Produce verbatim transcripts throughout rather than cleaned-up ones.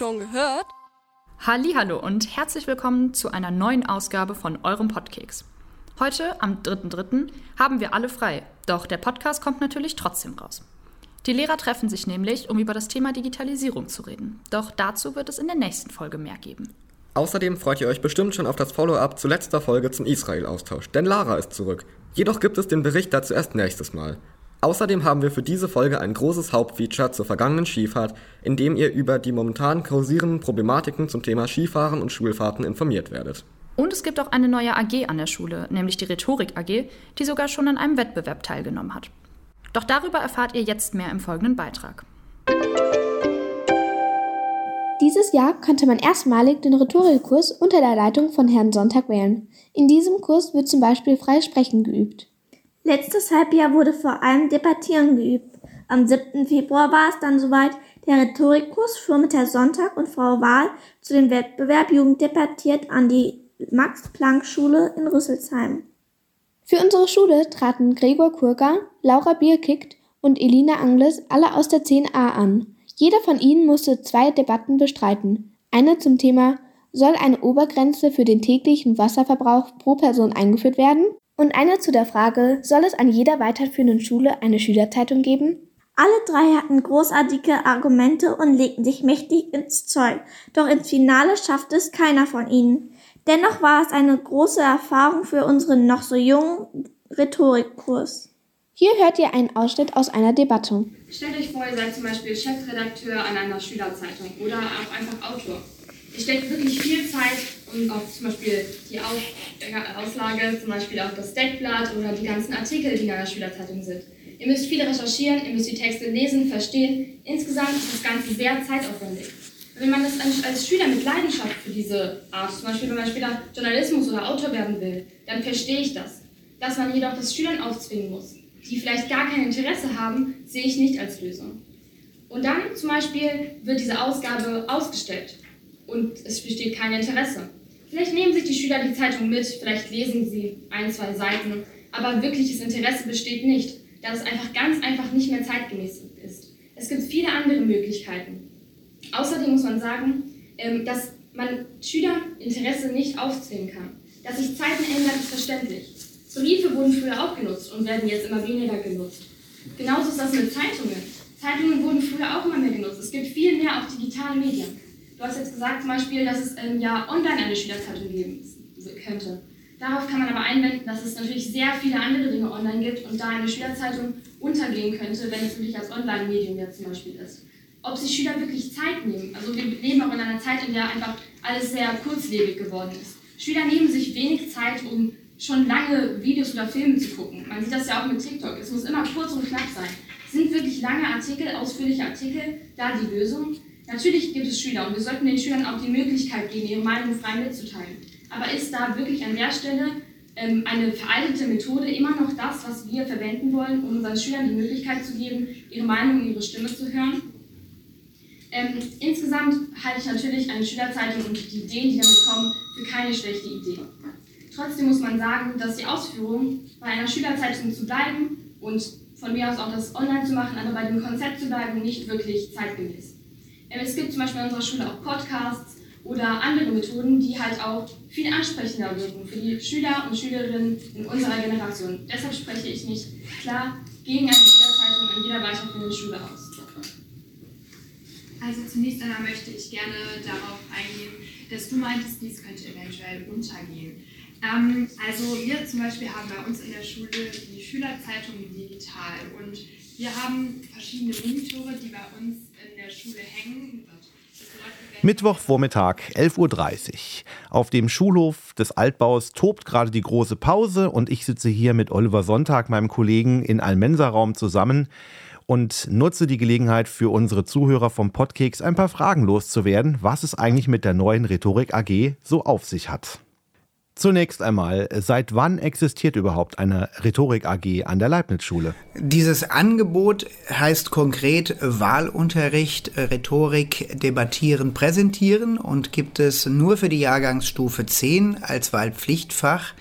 schon gehört? Hallihallo und herzlich willkommen zu einer neuen Ausgabe von eurem Podkeks. Heute, am dritten dritten, haben wir alle frei, doch der Podcast kommt natürlich trotzdem raus. Die Lehrer treffen sich nämlich, um über das Thema Digitalisierung zu reden. Doch dazu wird es in der nächsten Folge mehr geben. Außerdem freut ihr euch bestimmt schon auf das Follow-up zu letzter Folge zum Israel-Austausch, denn Lara ist zurück. Jedoch gibt es den Bericht dazu erst nächstes Mal. Außerdem haben wir für diese Folge ein großes Hauptfeature zur vergangenen Skifahrt, in dem ihr über die momentan kursierenden Problematiken zum Thema Skifahren und Schulfahrten informiert werdet. Und es gibt auch eine neue A G an der Schule, nämlich die Rhetorik A G, die sogar schon an einem Wettbewerb teilgenommen hat. Doch darüber erfahrt ihr jetzt mehr im folgenden Beitrag. Dieses Jahr konnte man erstmalig den Rhetorikkurs unter der Leitung von Herrn Sonntag wählen. In diesem Kurs wird zum Beispiel freies Sprechen geübt. Letztes Halbjahr wurde vor allem Debattieren geübt. Am siebten Februar war es dann soweit, der Rhetorikkurs fuhr mit Herr Sonntag und Frau Wahl zu dem Wettbewerb Jugend debattiert an die Max-Planck-Schule in Rüsselsheim. Für unsere Schule traten Gregor Kurka, Laura Bierkickt und Elina Angles alle aus der zehn a an. Jeder von ihnen musste zwei Debatten bestreiten. Eine zum Thema „Soll eine Obergrenze für den täglichen Wasserverbrauch pro Person eingeführt werden?“ und eine zu der Frage „Soll es an jeder weiterführenden Schule eine Schülerzeitung geben?“ Alle drei hatten großartige Argumente und legten sich mächtig ins Zeug, doch ins Finale schaffte es keiner von ihnen. Dennoch war es eine große Erfahrung für unseren noch so jungen Rhetorikkurs. Hier hört ihr einen Ausschnitt aus einer Debatte. Stellt euch vor, ihr seid zum Beispiel Chefredakteur an einer Schülerzeitung oder auch einfach Autor. Ihr steckt wirklich viel Zeit und auch zum Beispiel die Auslage, zum Beispiel auch das Deckblatt oder die ganzen Artikel, die in einer Schülerzeitung sind. Ihr müsst viel recherchieren, ihr müsst die Texte lesen, verstehen. Insgesamt ist das Ganze sehr zeitaufwendig. Wenn man das als Schüler mit Leidenschaft für diese Art, zum Beispiel wenn man später Journalismus oder Autor werden will, dann verstehe ich das. Dass man jedoch das Schülern aufzwingen muss, die vielleicht gar kein Interesse haben, sehe ich nicht als Lösung. Und dann zum Beispiel wird diese Ausgabe ausgestellt und es besteht kein Interesse. Vielleicht nehmen sich die Schüler die Zeitung mit, vielleicht lesen sie ein, zwei Seiten, aber wirkliches Interesse besteht nicht, da es einfach ganz einfach nicht mehr zeitgemäß ist. Es gibt viele andere Möglichkeiten. Außerdem muss man sagen, dass man Schülern Interesse nicht aufzwingen kann. Dass sich Zeiten ändern, ist verständlich. Briefe wurden früher auch genutzt und werden jetzt immer weniger genutzt. Genauso ist das mit Zeitungen. Zeitungen wurden früher auch immer mehr genutzt. Es gibt viel mehr auch digitale Medien. Du hast jetzt gesagt zum Beispiel, dass es ähm, ja online eine Schülerzeitung geben könnte. Darauf kann man aber einwenden, dass es natürlich sehr viele andere Dinge online gibt und da eine Schülerzeitung untergehen könnte, wenn es wirklich als Online-Medium jetzt zum Beispiel ist. Ob sich Schüler wirklich Zeit nehmen. Also wir leben auch in einer Zeit, in der einfach alles sehr kurzlebig geworden ist. Schüler nehmen sich wenig Zeit, um schon lange Videos oder Filme zu gucken. Man sieht das ja auch mit TikTok. Es muss immer kurz und knapp sein. Sind wirklich lange Artikel, ausführliche Artikel da die Lösung? Natürlich gibt es Schüler und wir sollten den Schülern auch die Möglichkeit geben, ihre Meinung frei mitzuteilen. Aber ist da wirklich an der Stelle ähm, eine veraltete Methode immer noch das, was wir verwenden wollen, um unseren Schülern die Möglichkeit zu geben, ihre Meinung, ihre Stimme zu hören? Ähm, insgesamt halte ich natürlich eine Schülerzeitung und die Ideen, die damit kommen, für keine schlechte Idee. Trotzdem muss man sagen, dass die Ausführung, bei einer Schülerzeitung zu bleiben und von mir aus auch das online zu machen, aber bei dem Konzept zu bleiben, nicht wirklich zeitgemäß. Es gibt zum Beispiel in unserer Schule auch Podcasts oder andere Methoden, die halt auch viel ansprechender wirken für die Schüler und Schülerinnen in unserer Generation. Deshalb spreche ich mich klar gegen eine Schülerzeitung an jeder weiterführenden Schule aus. Also zunächst einmal möchte ich gerne darauf eingehen, dass du meintest, dies könnte eventuell untergehen. Ähm, also wir zum Beispiel haben bei uns in der Schule die Schülerzeitung digital und wir haben verschiedene Monitore, die bei uns in der Schule hängen. Mittwochvormittag, elf Uhr dreißig. Auf dem Schulhof des Altbaus tobt gerade die große Pause und ich sitze hier mit Oliver Sonntag, meinem Kollegen, in einem Mensa-Raum zusammen und nutze die Gelegenheit für unsere Zuhörer vom Podkeks ein paar Fragen loszuwerden, was es eigentlich mit der neuen Rhetorik A G so auf sich hat. Zunächst einmal, seit wann existiert überhaupt eine Rhetorik A G an der Leibniz-Schule? Dieses Angebot heißt konkret Wahlunterricht, Rhetorik, Debattieren, Präsentieren und gibt es nur für die Jahrgangsstufe zehn als Wahlpflichtfach.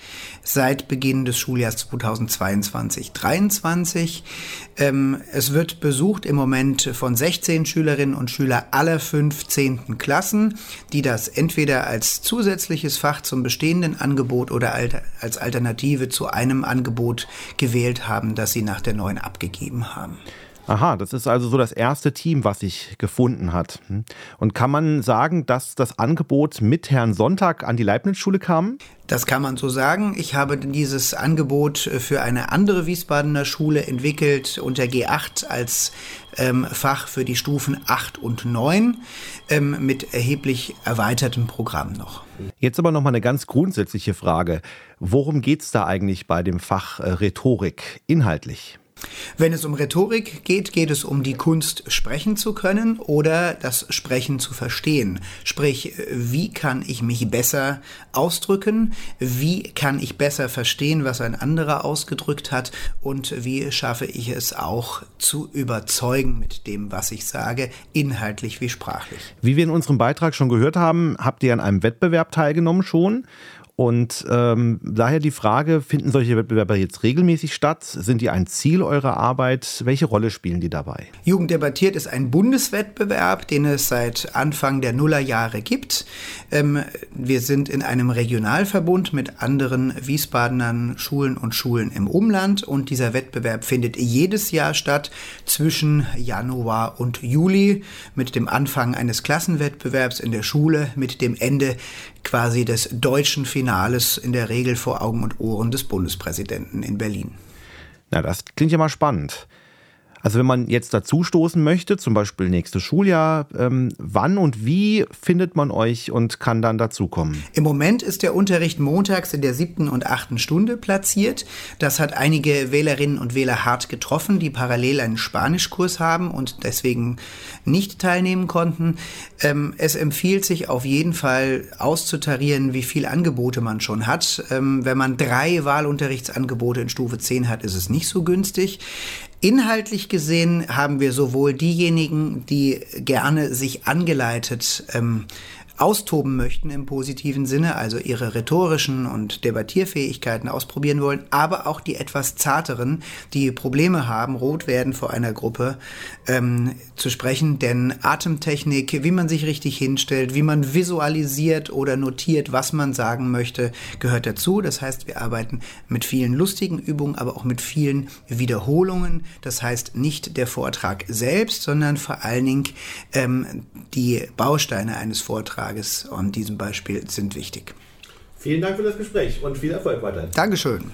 seit Beginn des Schuljahres zweitausendzweiundzwanzig dreiundzwanzig. Ähm, es wird besucht im Moment von sechzehn Schülerinnen und Schülern aller fünf zehnten Klassen, die das entweder als zusätzliches Fach zum bestehenden Angebot oder als Alternative zu einem Angebot gewählt haben, das sie nach der neuen abgegeben haben. Aha, das ist also so das erste Team, was sich gefunden hat. Und kann man sagen, dass das Angebot mit Herrn Sonntag an die Leibniz-Schule kam? Das kann man so sagen. Ich habe dieses Angebot für eine andere Wiesbadener Schule entwickelt unter G acht als ähm, Fach für die Stufen acht und neun ähm, mit erheblich erweitertem Programm noch. Jetzt aber noch mal eine ganz grundsätzliche Frage. Worum geht es da eigentlich bei dem Fach äh, Rhetorik inhaltlich? Wenn es um Rhetorik geht, geht es um die Kunst, sprechen zu können oder das Sprechen zu verstehen. Sprich, wie kann ich mich besser ausdrücken? Wie kann ich besser verstehen, was ein anderer ausgedrückt hat? Und wie schaffe ich es auch zu überzeugen mit dem, was ich sage, inhaltlich wie sprachlich? Wie wir in unserem Beitrag schon gehört haben, habt ihr an einem Wettbewerb teilgenommen schon. Und ähm, daher die Frage, finden solche Wettbewerbe jetzt regelmäßig statt? Sind die ein Ziel eurer Arbeit? Welche Rolle spielen die dabei? Jugend debattiert ist ein Bundeswettbewerb, den es seit Anfang der Nullerjahre gibt. Ähm, wir sind in einem Regionalverbund mit anderen Wiesbadenern Schulen und Schulen im Umland. Und dieser Wettbewerb findet jedes Jahr statt zwischen Januar und Juli mit dem Anfang eines Klassenwettbewerbs in der Schule, mit dem Ende quasi des deutschen Finales in der Regel vor Augen und Ohren des Bundespräsidenten in Berlin. Na, das klingt ja mal spannend. Also wenn man jetzt dazu stoßen möchte, zum Beispiel nächstes Schuljahr, ähm, wann und wie findet man euch und kann dann dazukommen? Im Moment ist der Unterricht montags in der siebten und achten Stunde platziert. Das hat einige Wählerinnen und Wähler hart getroffen, die parallel einen Spanischkurs haben und deswegen nicht teilnehmen konnten. Ähm, es empfiehlt sich auf jeden Fall auszutarieren, wie viele Angebote man schon hat. Ähm, wenn man drei Wahlunterrichtsangebote in Stufe zehn hat, ist es nicht so günstig. Inhaltlich gesehen haben wir sowohl diejenigen, die gerne sich angeleitet ähm, austoben möchten im positiven Sinne, also ihre rhetorischen und Debattierfähigkeiten ausprobieren wollen, aber auch die etwas zarteren, die Probleme haben, rot werden vor einer Gruppe ähm, zu sprechen. Denn Atemtechnik, wie man sich richtig hinstellt, wie man visualisiert oder notiert, was man sagen möchte, gehört dazu. Das heißt, wir arbeiten mit vielen lustigen Übungen, aber auch mit vielen Wiederholungen. Das heißt, nicht der Vortrag selbst, sondern vor allen Dingen ähm, die Bausteine eines Vortrags an diesem Beispiel sind wichtig. Vielen Dank für das Gespräch und viel Erfolg weiter. Dankeschön.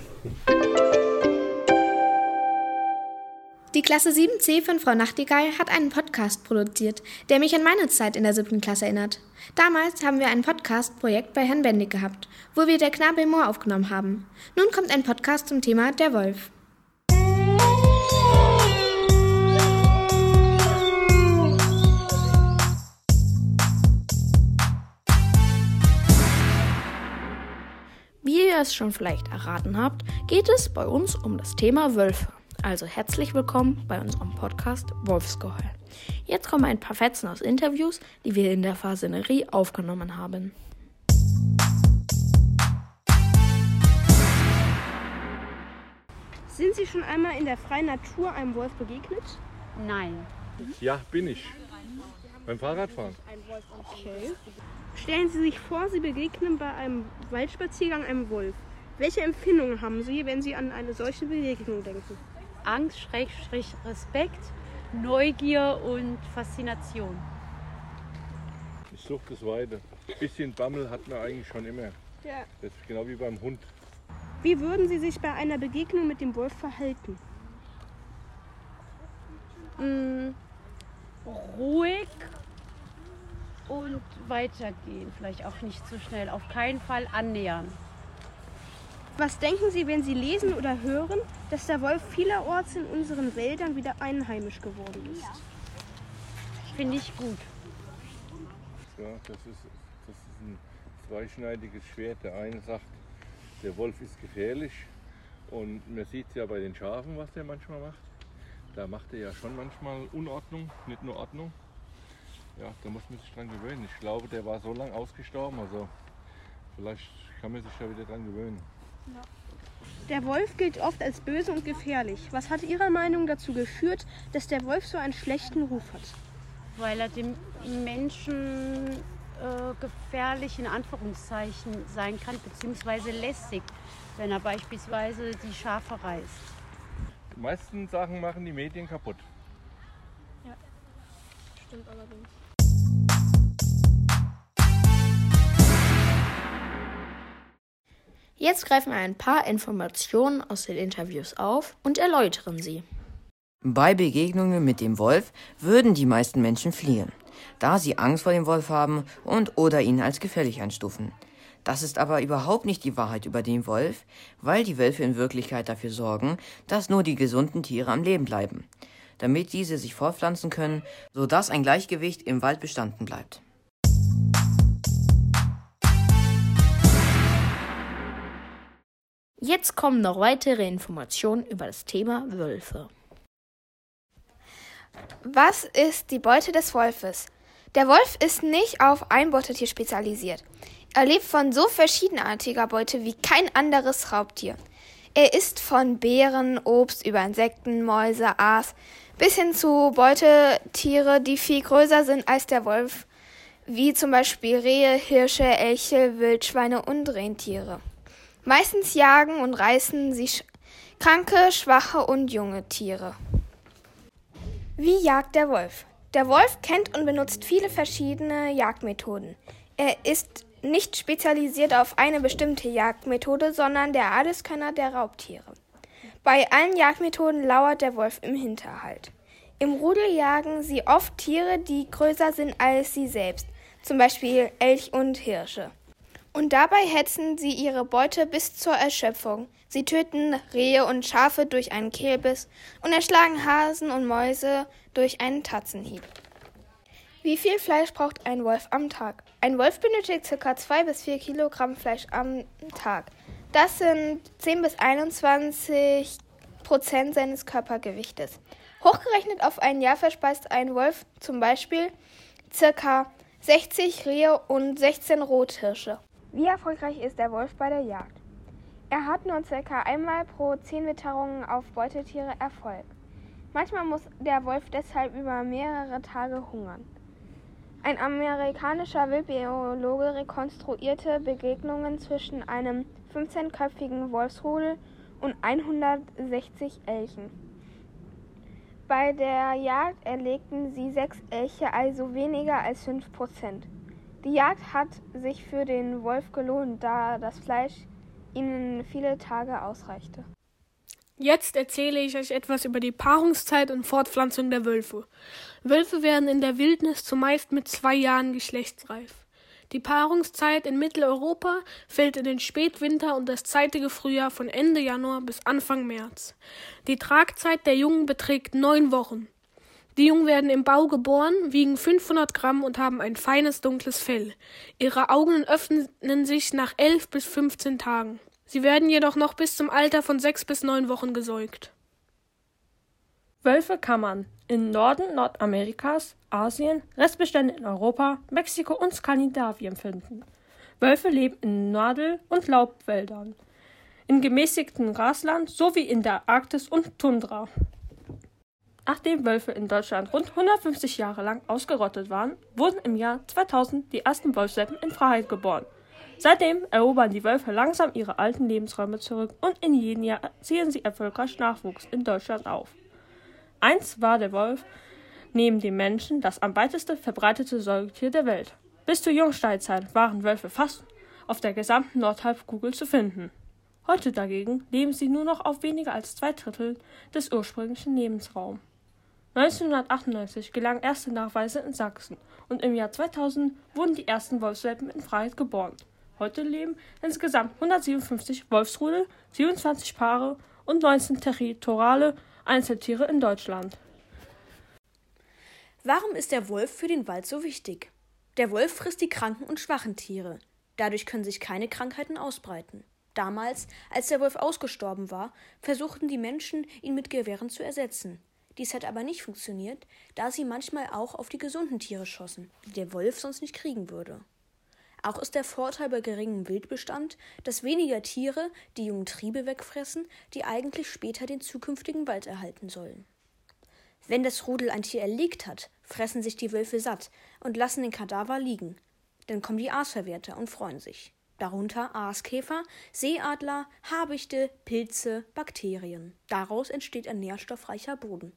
Die Klasse sieben C von Frau Nachtigall hat einen Podcast produziert, der mich an meine Zeit in der siebten Klasse erinnert. Damals haben wir ein Podcast-Projekt bei Herrn Bendig gehabt, wo wir Der Knabe im Moor aufgenommen haben. Nun kommt ein Podcast zum Thema Der Wolf. Wie ihr es schon vielleicht erraten habt, geht es bei uns um das Thema Wölfe. Also herzlich willkommen bei unserem Podcast Wolfsgeheul. Jetzt kommen ein paar Fetzen aus Interviews, die wir in der Fasanerie aufgenommen haben. Sind Sie schon einmal in der freien Natur einem Wolf begegnet? Nein. Ja, bin ich. Beim Fahrradfahren. Okay. Stellen Sie sich vor, Sie begegnen bei einem Waldspaziergang einem Wolf. Welche Empfindungen haben Sie, wenn Sie an eine solche Begegnung denken? Angst, Schrägstrich, Respekt, Neugier und Faszination. Ich suche das Weite. Ein bisschen Bammel hat man eigentlich schon immer. Ja. Das ist genau wie beim Hund. Wie würden Sie sich bei einer Begegnung mit dem Wolf verhalten? Mm, ruhig und weitergehen. Vielleicht auch nicht zu schnell. Auf keinen Fall annähern. Was denken Sie, wenn Sie lesen oder hören, dass der Wolf vielerorts in unseren Wäldern wieder einheimisch geworden ist? Finde ich gut. Ja, das ist, das ist ein zweischneidiges Schwert. Der eine sagt, der Wolf ist gefährlich und man sieht es ja bei den Schafen, was der manchmal macht. Da macht er ja schon manchmal Unordnung, nicht nur Ordnung. Ja, da muss man sich dran gewöhnen. Ich glaube, der war so lange ausgestorben, also vielleicht kann man sich da wieder dran gewöhnen. Der Wolf gilt oft als böse und gefährlich. Was hat Ihrer Meinung dazu geführt, dass der Wolf so einen schlechten Ruf hat? Weil er dem Menschen äh, gefährlich in Anführungszeichen sein kann, beziehungsweise lästig, wenn er beispielsweise die Schafe reißt. Die meisten Sachen machen die Medien kaputt. Ja, stimmt allerdings. Jetzt greifen wir ein paar Informationen aus den Interviews auf und erläutern sie. Bei Begegnungen mit dem Wolf würden die meisten Menschen fliehen, da sie Angst vor dem Wolf haben und oder ihn als gefährlich einstufen. Das ist aber überhaupt nicht die Wahrheit über den Wolf, weil die Wölfe in Wirklichkeit dafür sorgen, dass nur die gesunden Tiere am Leben bleiben, damit diese sich fortpflanzen können, sodass ein Gleichgewicht im Wald bestanden bleibt. Jetzt kommen noch weitere Informationen über das Thema Wölfe. Was ist die Beute des Wolfes? Der Wolf ist nicht auf ein Beutetier spezialisiert. Er lebt von so verschiedenartiger Beute wie kein anderes Raubtier. Er isst von Beeren, Obst über Insekten, Mäuse, Aas bis hin zu Beutetiere, die viel größer sind als der Wolf, wie zum Beispiel Rehe, Hirsche, Elche, Wildschweine und Rentiere. Meistens jagen und reißen sie sch- kranke, schwache und junge Tiere. Wie jagt der Wolf? Der Wolf kennt und benutzt viele verschiedene Jagdmethoden. Er ist nicht spezialisiert auf eine bestimmte Jagdmethode, sondern der Alleskönner der Raubtiere. Bei allen Jagdmethoden lauert der Wolf im Hinterhalt. Im Rudel jagen sie oft Tiere, die größer sind als sie selbst, zum Beispiel Elch und Hirsche. Und dabei hetzen sie ihre Beute bis zur Erschöpfung. Sie töten Rehe und Schafe durch einen Kehlbiss und erschlagen Hasen und Mäuse durch einen Tatzenhieb. Wie viel Fleisch braucht ein Wolf am Tag? Ein Wolf benötigt ca. zwei bis vier Kilogramm Fleisch am Tag. Das sind zehn bis einundzwanzig Prozent seines Körpergewichtes. Hochgerechnet auf ein Jahr verspeist ein Wolf zum Beispiel ca. sechzig Rehe und sechzehn Rothirsche. Wie erfolgreich ist der Wolf bei der Jagd? Er hat nur ca. einmal pro zehn Witterungen auf Beutetiere Erfolg. Manchmal muss der Wolf deshalb über mehrere Tage hungern. Ein amerikanischer Wildbiologe rekonstruierte Begegnungen zwischen einem fünfzehnköpfigen Wolfsrudel und hundertsechzig Elchen. Bei der Jagd erlegten sie sechs Elche, also weniger als fünf Prozent. Die Jagd hat sich für den Wolf gelohnt, da das Fleisch ihnen viele Tage ausreichte. Jetzt erzähle ich euch etwas über die Paarungszeit und Fortpflanzung der Wölfe. Wölfe werden in der Wildnis zumeist mit zwei Jahren geschlechtsreif. Die Paarungszeit in Mitteleuropa fällt in den Spätwinter und das zeitige Frühjahr von Ende Januar bis Anfang März. Die Tragzeit der Jungen beträgt neun Wochen. Die Jungen werden im Bau geboren, wiegen fünfhundert Gramm und haben ein feines, dunkles Fell. Ihre Augen öffnen sich nach elf bis fünfzehn Tagen. Sie werden jedoch noch bis zum Alter von sechs bis neun Wochen gesäugt. Wölfe kann man im Norden Nordamerikas, Asien, Restbestände in Europa, Mexiko und Skandinavien finden. Wölfe leben in Nadel- und Laubwäldern, in gemäßigtem Grasland sowie in der Arktis und Tundra. Nachdem Wölfe in Deutschland rund hundertfünfzig Jahre lang ausgerottet waren, wurden im Jahr zweitausend die ersten Wolfswelpen in Freiheit geboren. Seitdem erobern die Wölfe langsam ihre alten Lebensräume zurück und in jedem Jahr ziehen sie erfolgreich Nachwuchs in Deutschland auf. Einst war der Wolf neben dem Menschen das am weitesten verbreitete Säugetier der Welt. Bis zur Jungsteinzeit waren Wölfe fast auf der gesamten Nordhalbkugel zu finden. Heute dagegen leben sie nur noch auf weniger als zwei Drittel des ursprünglichen Lebensraums. neunzehnhundertachtundneunzig gelangen erste Nachweise in Sachsen und im Jahr zweitausend wurden die ersten Wolfswelpen in Freiheit geboren. Heute leben insgesamt hundertsiebenundfünfzig Wolfsrudel, siebenundzwanzig Paare und neunzehn territoriale Einzeltiere in Deutschland. Warum ist der Wolf für den Wald so wichtig? Der Wolf frisst die kranken und schwachen Tiere. Dadurch können sich keine Krankheiten ausbreiten. Damals, als der Wolf ausgestorben war, versuchten die Menschen, ihn mit Gewehren zu ersetzen. Dies hat aber nicht funktioniert, da sie manchmal auch auf die gesunden Tiere schossen, die der Wolf sonst nicht kriegen würde. Auch ist der Vorteil bei geringem Wildbestand, dass weniger Tiere die jungen Triebe wegfressen, die eigentlich später den zukünftigen Wald erhalten sollen. Wenn das Rudel ein Tier erlegt hat, fressen sich die Wölfe satt und lassen den Kadaver liegen. Dann kommen die Aasverwerter und freuen sich. Darunter Aaskäfer, Seeadler, Habichte, Pilze, Bakterien. Daraus entsteht ein nährstoffreicher Boden.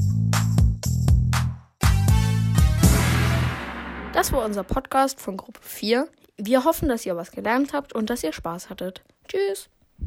Das war unser Podcast von Gruppe vier. Wir hoffen, dass ihr was gelernt habt und dass ihr Spaß hattet. Tschüss!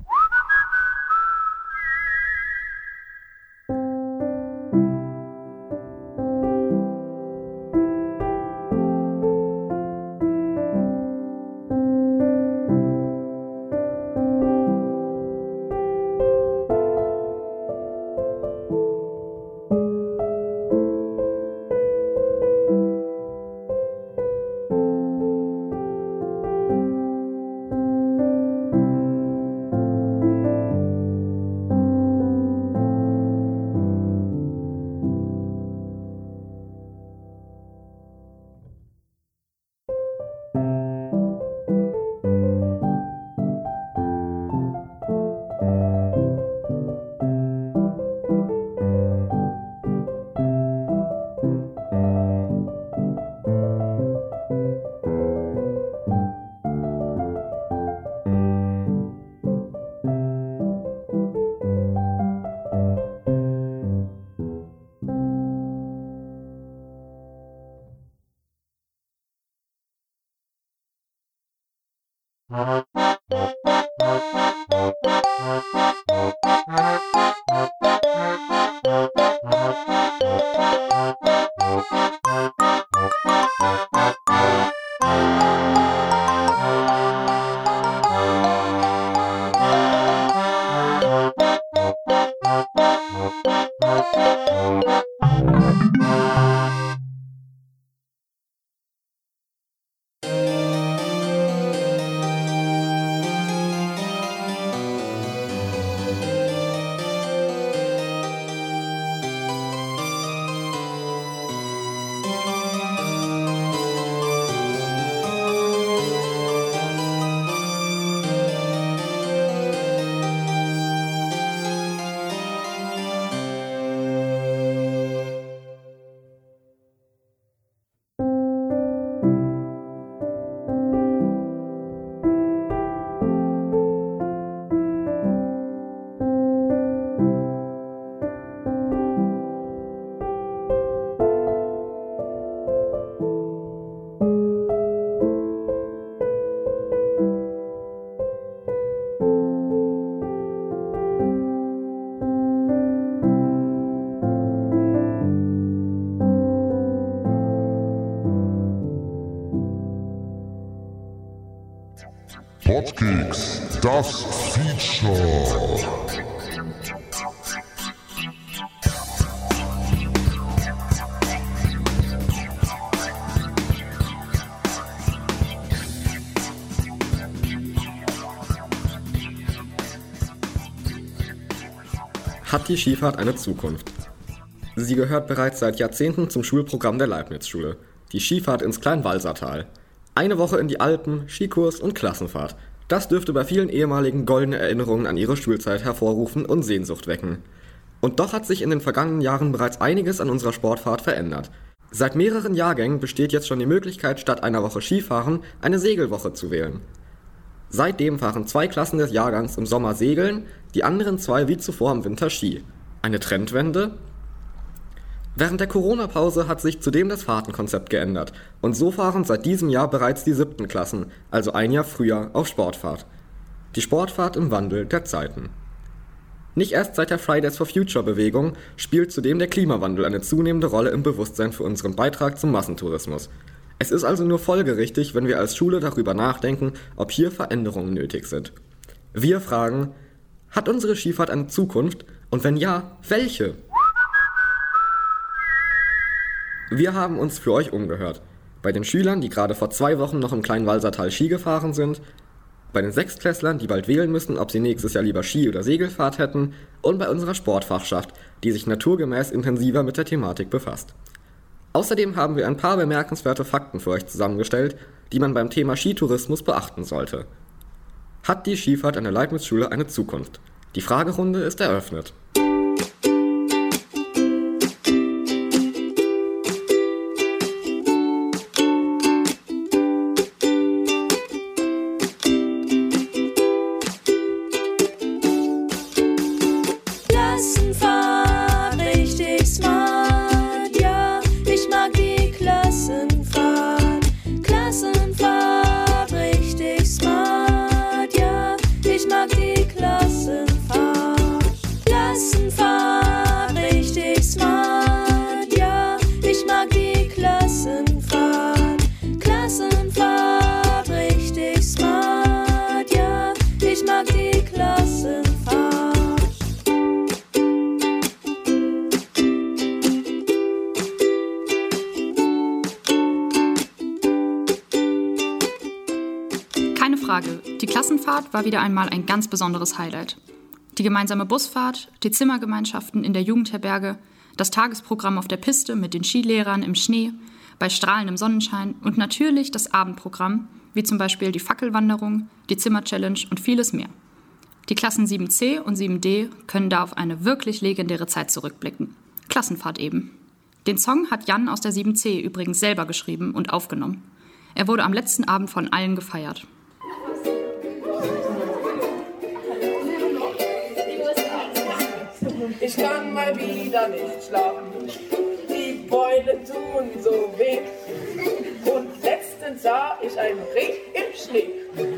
Podgeeks, das Feature. Hat die Skifahrt eine Zukunft? Sie gehört bereits seit Jahrzehnten zum Schulprogramm der Leibniz-Schule. Die Skifahrt ins Kleinwalsertal. Eine Woche in die Alpen, Skikurs und Klassenfahrt. Das dürfte bei vielen ehemaligen goldene Erinnerungen an ihre Schulzeit hervorrufen und Sehnsucht wecken. Und doch hat sich in den vergangenen Jahren bereits einiges an unserer Sportfahrt verändert. Seit mehreren Jahrgängen besteht jetzt schon die Möglichkeit, statt einer Woche Skifahren eine Segelwoche zu wählen. Seitdem fahren zwei Klassen des Jahrgangs im Sommer Segeln, die anderen zwei wie zuvor im Winter Ski. Eine Trendwende? Während der Corona-Pause hat sich zudem das Fahrtenkonzept geändert und so fahren seit diesem Jahr bereits die siebten Klassen, also ein Jahr früher, auf Sportfahrt. Die Sportfahrt im Wandel der Zeiten. Nicht erst seit der Fridays for Future-Bewegung spielt zudem der Klimawandel eine zunehmende Rolle im Bewusstsein für unseren Beitrag zum Massentourismus. Es ist also nur folgerichtig, wenn wir als Schule darüber nachdenken, ob hier Veränderungen nötig sind. Wir fragen, hat unsere Skifahrt eine Zukunft? Und wenn ja, welche? Wir haben uns für euch umgehört. Bei den Schülern, die gerade vor zwei Wochen noch im Kleinwalsertal Ski gefahren sind, bei den Sechstklässlern, die bald wählen müssen, ob sie nächstes Jahr lieber Ski- oder Segelfahrt hätten, und bei unserer Sportfachschaft, die sich naturgemäß intensiver mit der Thematik befasst. Außerdem haben wir ein paar bemerkenswerte Fakten für euch zusammengestellt, die man beim Thema Skitourismus beachten sollte. Hat die Skifahrt an der Leibniz-Schule eine Zukunft? Die Fragerunde ist eröffnet. Die Klassenfahrt war wieder einmal ein ganz besonderes Highlight. Die gemeinsame Busfahrt, die Zimmergemeinschaften in der Jugendherberge, das Tagesprogramm auf der Piste mit den Skilehrern im Schnee, bei strahlendem Sonnenschein und natürlich das Abendprogramm, wie zum Beispiel die Fackelwanderung, die Zimmer-Challenge und vieles mehr. Die Klassen sieben C und sieben D können da auf eine wirklich legendäre Zeit zurückblicken. Klassenfahrt eben. Den Song hat Jan aus der sieben C übrigens selber geschrieben und aufgenommen. Er wurde am letzten Abend von allen gefeiert. Ich kann mal wieder nicht schlafen, die Beine tun so weh. Und letztens sah ich einen Ring im Schnee.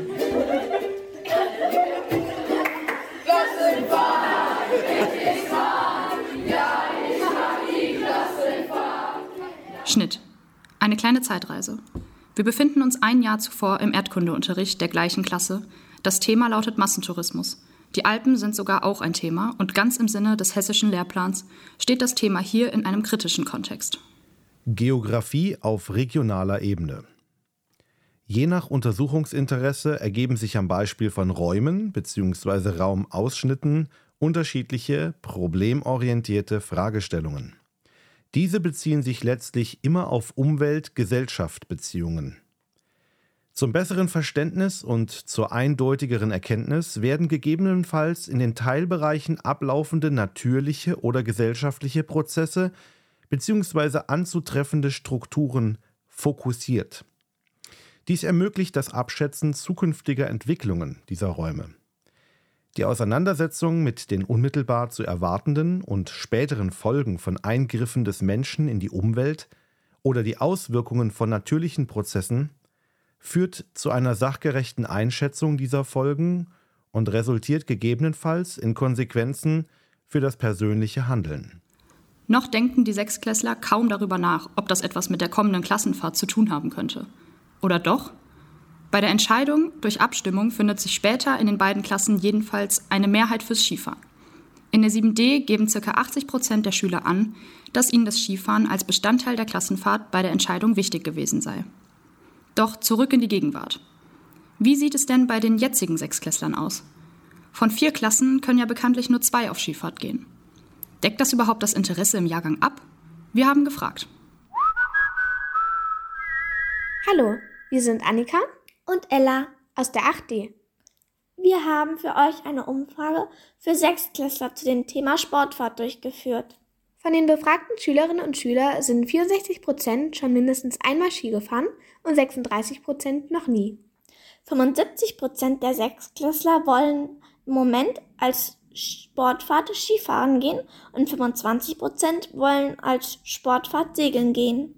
Klassenfahrt, ich mag, ja, ich mag die Klassenfahrt. Schnitt. Eine kleine Zeitreise. Wir befinden uns ein Jahr zuvor im Erdkundeunterricht der gleichen Klasse. Das Thema lautet Massentourismus. Die Alpen sind sogar auch ein Thema und ganz im Sinne des hessischen Lehrplans steht das Thema hier in einem kritischen Kontext. Geografie auf regionaler Ebene. Je nach Untersuchungsinteresse ergeben sich am Beispiel von Räumen bzw. Raumausschnitten unterschiedliche problemorientierte Fragestellungen. Diese beziehen sich letztlich immer auf Umwelt-Gesellschaft-Beziehungen. Zum besseren Verständnis und zur eindeutigeren Erkenntnis werden gegebenenfalls in den Teilbereichen ablaufende natürliche oder gesellschaftliche Prozesse bzw. anzutreffende Strukturen fokussiert. Dies ermöglicht das Abschätzen zukünftiger Entwicklungen dieser Räume. Die Auseinandersetzung mit den unmittelbar zu erwartenden und späteren Folgen von Eingriffen des Menschen in die Umwelt oder die Auswirkungen von natürlichen Prozessen führt zu einer sachgerechten Einschätzung dieser Folgen und resultiert gegebenenfalls in Konsequenzen für das persönliche Handeln. Noch denken die Sechstklässler kaum darüber nach, ob das etwas mit der kommenden Klassenfahrt zu tun haben könnte. Oder doch? Bei der Entscheidung durch Abstimmung findet sich später in den beiden Klassen jedenfalls eine Mehrheit fürs Skifahren. In der sieben D geben ca. achtzig Prozent der Schüler an, dass ihnen das Skifahren als Bestandteil der Klassenfahrt bei der Entscheidung wichtig gewesen sei. Doch zurück in die Gegenwart. Wie sieht es denn bei den jetzigen Sechsklässlern aus? Von vier Klassen können ja bekanntlich nur zwei auf Skifahrt gehen. Deckt das überhaupt das Interesse im Jahrgang ab? Wir haben gefragt. Hallo, wir sind Annika und Ella aus der acht D. Wir haben für euch eine Umfrage für Sechstklässler zu dem Thema Sportfahrt durchgeführt. Von den befragten Schülerinnen und Schülern sind vierundsechzig Prozent schon mindestens einmal Ski gefahren und sechsunddreißig Prozent noch nie. fünfundsiebzig Prozent der Sechstklässler wollen im Moment als Sportfahrt Skifahren gehen und fünfundzwanzig Prozent wollen als Sportfahrt segeln gehen.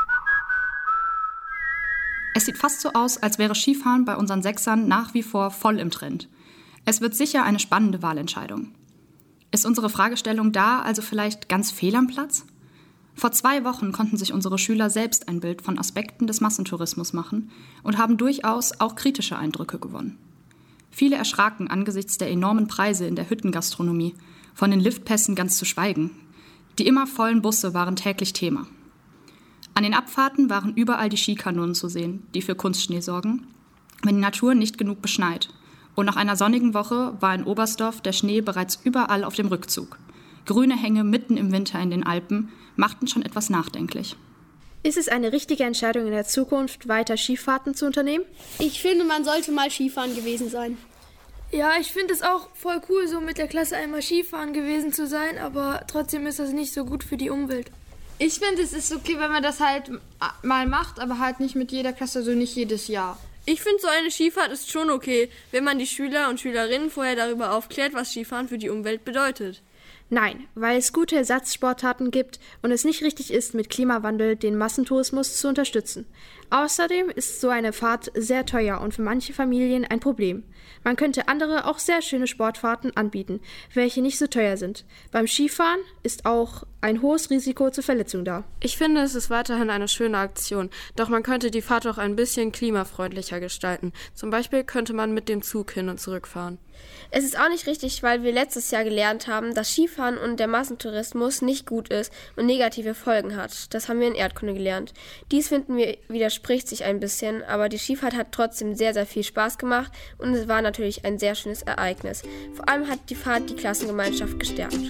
Es sieht fast so aus, als wäre Skifahren bei unseren Sechsern nach wie vor voll im Trend. Es wird sicher eine spannende Wahlentscheidung. Ist unsere Fragestellung da also vielleicht ganz fehl am Platz? Vor zwei Wochen konnten sich unsere Schüler selbst ein Bild von Aspekten des Massentourismus machen und haben durchaus auch kritische Eindrücke gewonnen. Viele erschraken angesichts der enormen Preise in der Hüttengastronomie, von den Liftpässen ganz zu schweigen. Die immer vollen Busse waren täglich Thema. An den Abfahrten waren überall die Skikanonen zu sehen, die für Kunstschnee sorgen, wenn die Natur nicht genug beschneit. Und nach einer sonnigen Woche war in Oberstdorf der Schnee bereits überall auf dem Rückzug. Grüne Hänge mitten im Winter in den Alpen machten schon etwas nachdenklich. Ist es eine richtige Entscheidung in der Zukunft, weiter Skifahrten zu unternehmen? Ich finde, man sollte mal Skifahren gewesen sein. Ja, ich finde es auch voll cool, so mit der Klasse einmal Skifahren gewesen zu sein, aber trotzdem ist das nicht so gut für die Umwelt. Ich finde, es ist okay, wenn man das halt mal macht, aber halt nicht mit jeder Klasse, also nicht jedes Jahr. Ich finde, so eine Skifahrt ist schon okay, wenn man die Schüler und Schülerinnen vorher darüber aufklärt, was Skifahren für die Umwelt bedeutet. Nein, weil es gute Ersatzsportarten gibt und es nicht richtig ist, mit Klimawandel den Massentourismus zu unterstützen. Außerdem ist so eine Fahrt sehr teuer und für manche Familien ein Problem. Man könnte andere, auch sehr schöne Sportfahrten anbieten, welche nicht so teuer sind. Beim Skifahren ist auch ein hohes Risiko zur Verletzung da. Ich finde, es ist weiterhin eine schöne Aktion, doch man könnte die Fahrt auch ein bisschen klimafreundlicher gestalten. Zum Beispiel könnte man mit dem Zug hin und zurück fahren. Es ist auch nicht richtig, weil wir letztes Jahr gelernt haben, dass Skifahren und der Massentourismus nicht gut ist und negative Folgen hat. Das haben wir in Erdkunde gelernt. Dies finden wir widerspricht sich ein bisschen, aber die Skifahrt hat trotzdem sehr, sehr viel Spaß gemacht und es war natürlich ein sehr schönes Ereignis. Vor allem hat die Fahrt die Klassengemeinschaft gestärkt.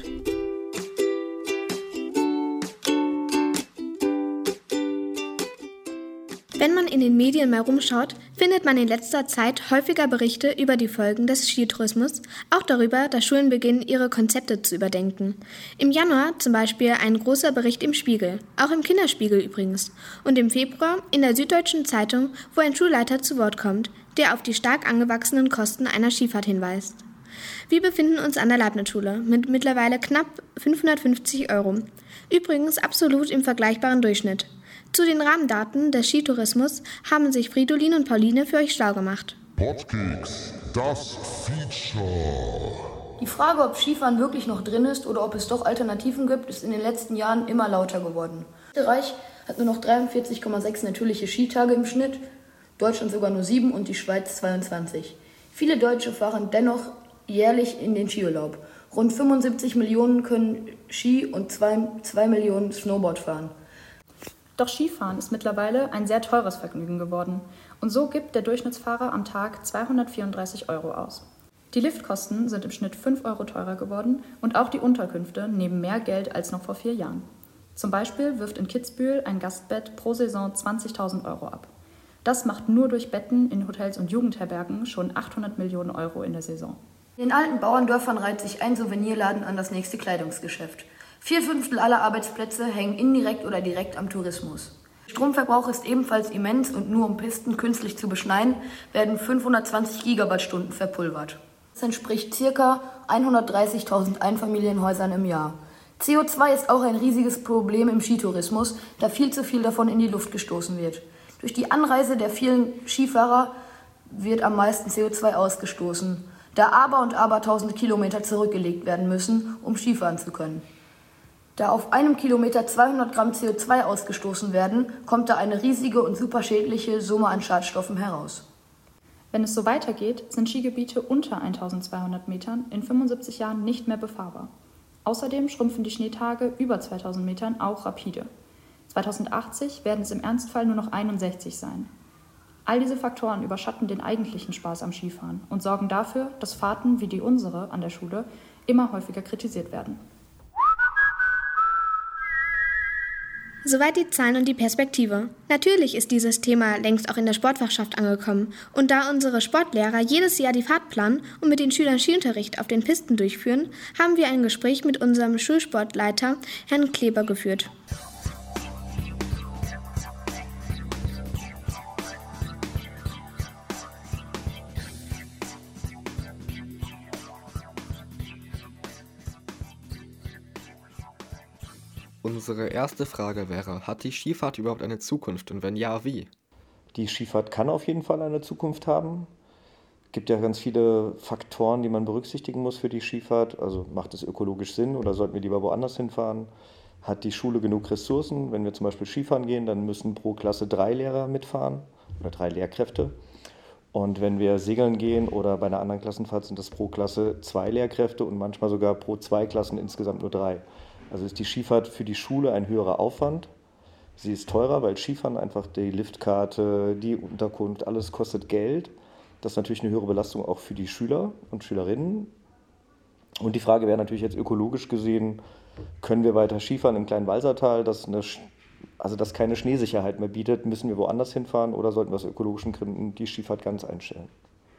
Wenn man in den Medien mal rumschaut, findet man in letzter Zeit häufiger Berichte über die Folgen des Skitourismus, auch darüber, dass Schulen beginnen, ihre Konzepte zu überdenken. Im Januar zum Beispiel ein großer Bericht im Spiegel, auch im Kinderspiegel übrigens, und im Februar in der Süddeutschen Zeitung, wo ein Schulleiter zu Wort kommt, der auf die stark angewachsenen Kosten einer Skifahrt hinweist. Wir befinden uns an der Leibniz-Schule mit mittlerweile knapp fünfhundertfünfzig Euro, übrigens absolut im vergleichbaren Durchschnitt. Zu den Rahmendaten des Skitourismus haben sich Fridolin und Pauline für euch schlau gemacht. Podkeks, das Feature. Die Frage, ob Skifahren wirklich noch drin ist oder ob es doch Alternativen gibt, ist in den letzten Jahren immer lauter geworden. Österreich hat nur noch dreiundvierzig Komma sechs natürliche Skitage im Schnitt, Deutschland sogar nur sieben und die Schweiz zweiundzwanzig. Viele Deutsche fahren dennoch jährlich in den Skiurlaub. Rund fünfundsiebzig Millionen können Ski und zwei Millionen Snowboard fahren. Doch Skifahren ist mittlerweile ein sehr teures Vergnügen geworden und so gibt der Durchschnittsfahrer am Tag zweihundertvierunddreißig Euro aus. Die Liftkosten sind im Schnitt fünf Euro teurer geworden und auch die Unterkünfte nehmen mehr Geld als noch vor vier Jahren. Zum Beispiel wirft in Kitzbühel ein Gastbett pro Saison zwanzigtausend Euro ab. Das macht nur durch Betten in Hotels und Jugendherbergen schon achthundert Millionen Euro in der Saison. In den alten Bauerndörfern reiht sich ein Souvenirladen an das nächste Kleidungsgeschäft. Vier Fünftel aller Arbeitsplätze hängen indirekt oder direkt am Tourismus. Der Stromverbrauch ist ebenfalls immens und nur um Pisten künstlich zu beschneien, werden fünfhundertzwanzig Gigawattstunden verpulvert. Das entspricht ca. hundertdreißigtausend Einfamilienhäusern im Jahr. C O zwei ist auch ein riesiges Problem im Skitourismus, da viel zu viel davon in die Luft gestoßen wird. Durch die Anreise der vielen Skifahrer wird am meisten C O zwei ausgestoßen, da aber und aber tausende Kilometer zurückgelegt werden müssen, um Skifahren zu können. Da auf einem Kilometer zweihundert Gramm C O zwei ausgestoßen werden, kommt da eine riesige und superschädliche Summe an Schadstoffen heraus. Wenn es so weitergeht, sind Skigebiete unter eintausendzweihundert Metern in fünfundsiebzig Jahren nicht mehr befahrbar. Außerdem schrumpfen die Schneetage über zweitausend Metern auch rapide. zweitausendachtzig werden es im Ernstfall nur noch einundsechzig sein. All diese Faktoren überschatten den eigentlichen Spaß am Skifahren und sorgen dafür, dass Fahrten wie die unsere an der Schule immer häufiger kritisiert werden. Soweit die Zahlen und die Perspektive. Natürlich ist dieses Thema längst auch in der Sportfachschaft angekommen. Und da unsere Sportlehrer jedes Jahr die Fahrt planen und mit den Schülern Skiunterricht auf den Pisten durchführen, haben wir ein Gespräch mit unserem Schulsportleiter, Herrn Kleber, geführt. Unsere erste Frage wäre, hat die Skifahrt überhaupt eine Zukunft und wenn ja, wie? Die Skifahrt kann auf jeden Fall eine Zukunft haben. Es gibt ja ganz viele Faktoren, die man berücksichtigen muss für die Skifahrt. Also macht es ökologisch Sinn oder sollten wir lieber woanders hinfahren? Hat die Schule genug Ressourcen? Wenn wir zum Beispiel Skifahren gehen, dann müssen pro Klasse drei Lehrer mitfahren oder drei Lehrkräfte. Und wenn wir segeln gehen oder bei einer anderen Klassenfahrt sind das pro Klasse zwei Lehrkräfte und manchmal sogar pro zwei Klassen insgesamt nur drei. Also ist die Skifahrt für die Schule ein höherer Aufwand. Sie ist teurer, weil Skifahren einfach die Liftkarte, die Unterkunft, alles kostet Geld. Das ist natürlich eine höhere Belastung auch für die Schüler und Schülerinnen. Und die Frage wäre natürlich jetzt ökologisch gesehen, können wir weiter Skifahren im kleinen Walsertal? Das ist eine also das keine Schneesicherheit mehr bietet, müssen wir woanders hinfahren oder sollten wir aus ökologischen Gründen die Skifahrt ganz einstellen.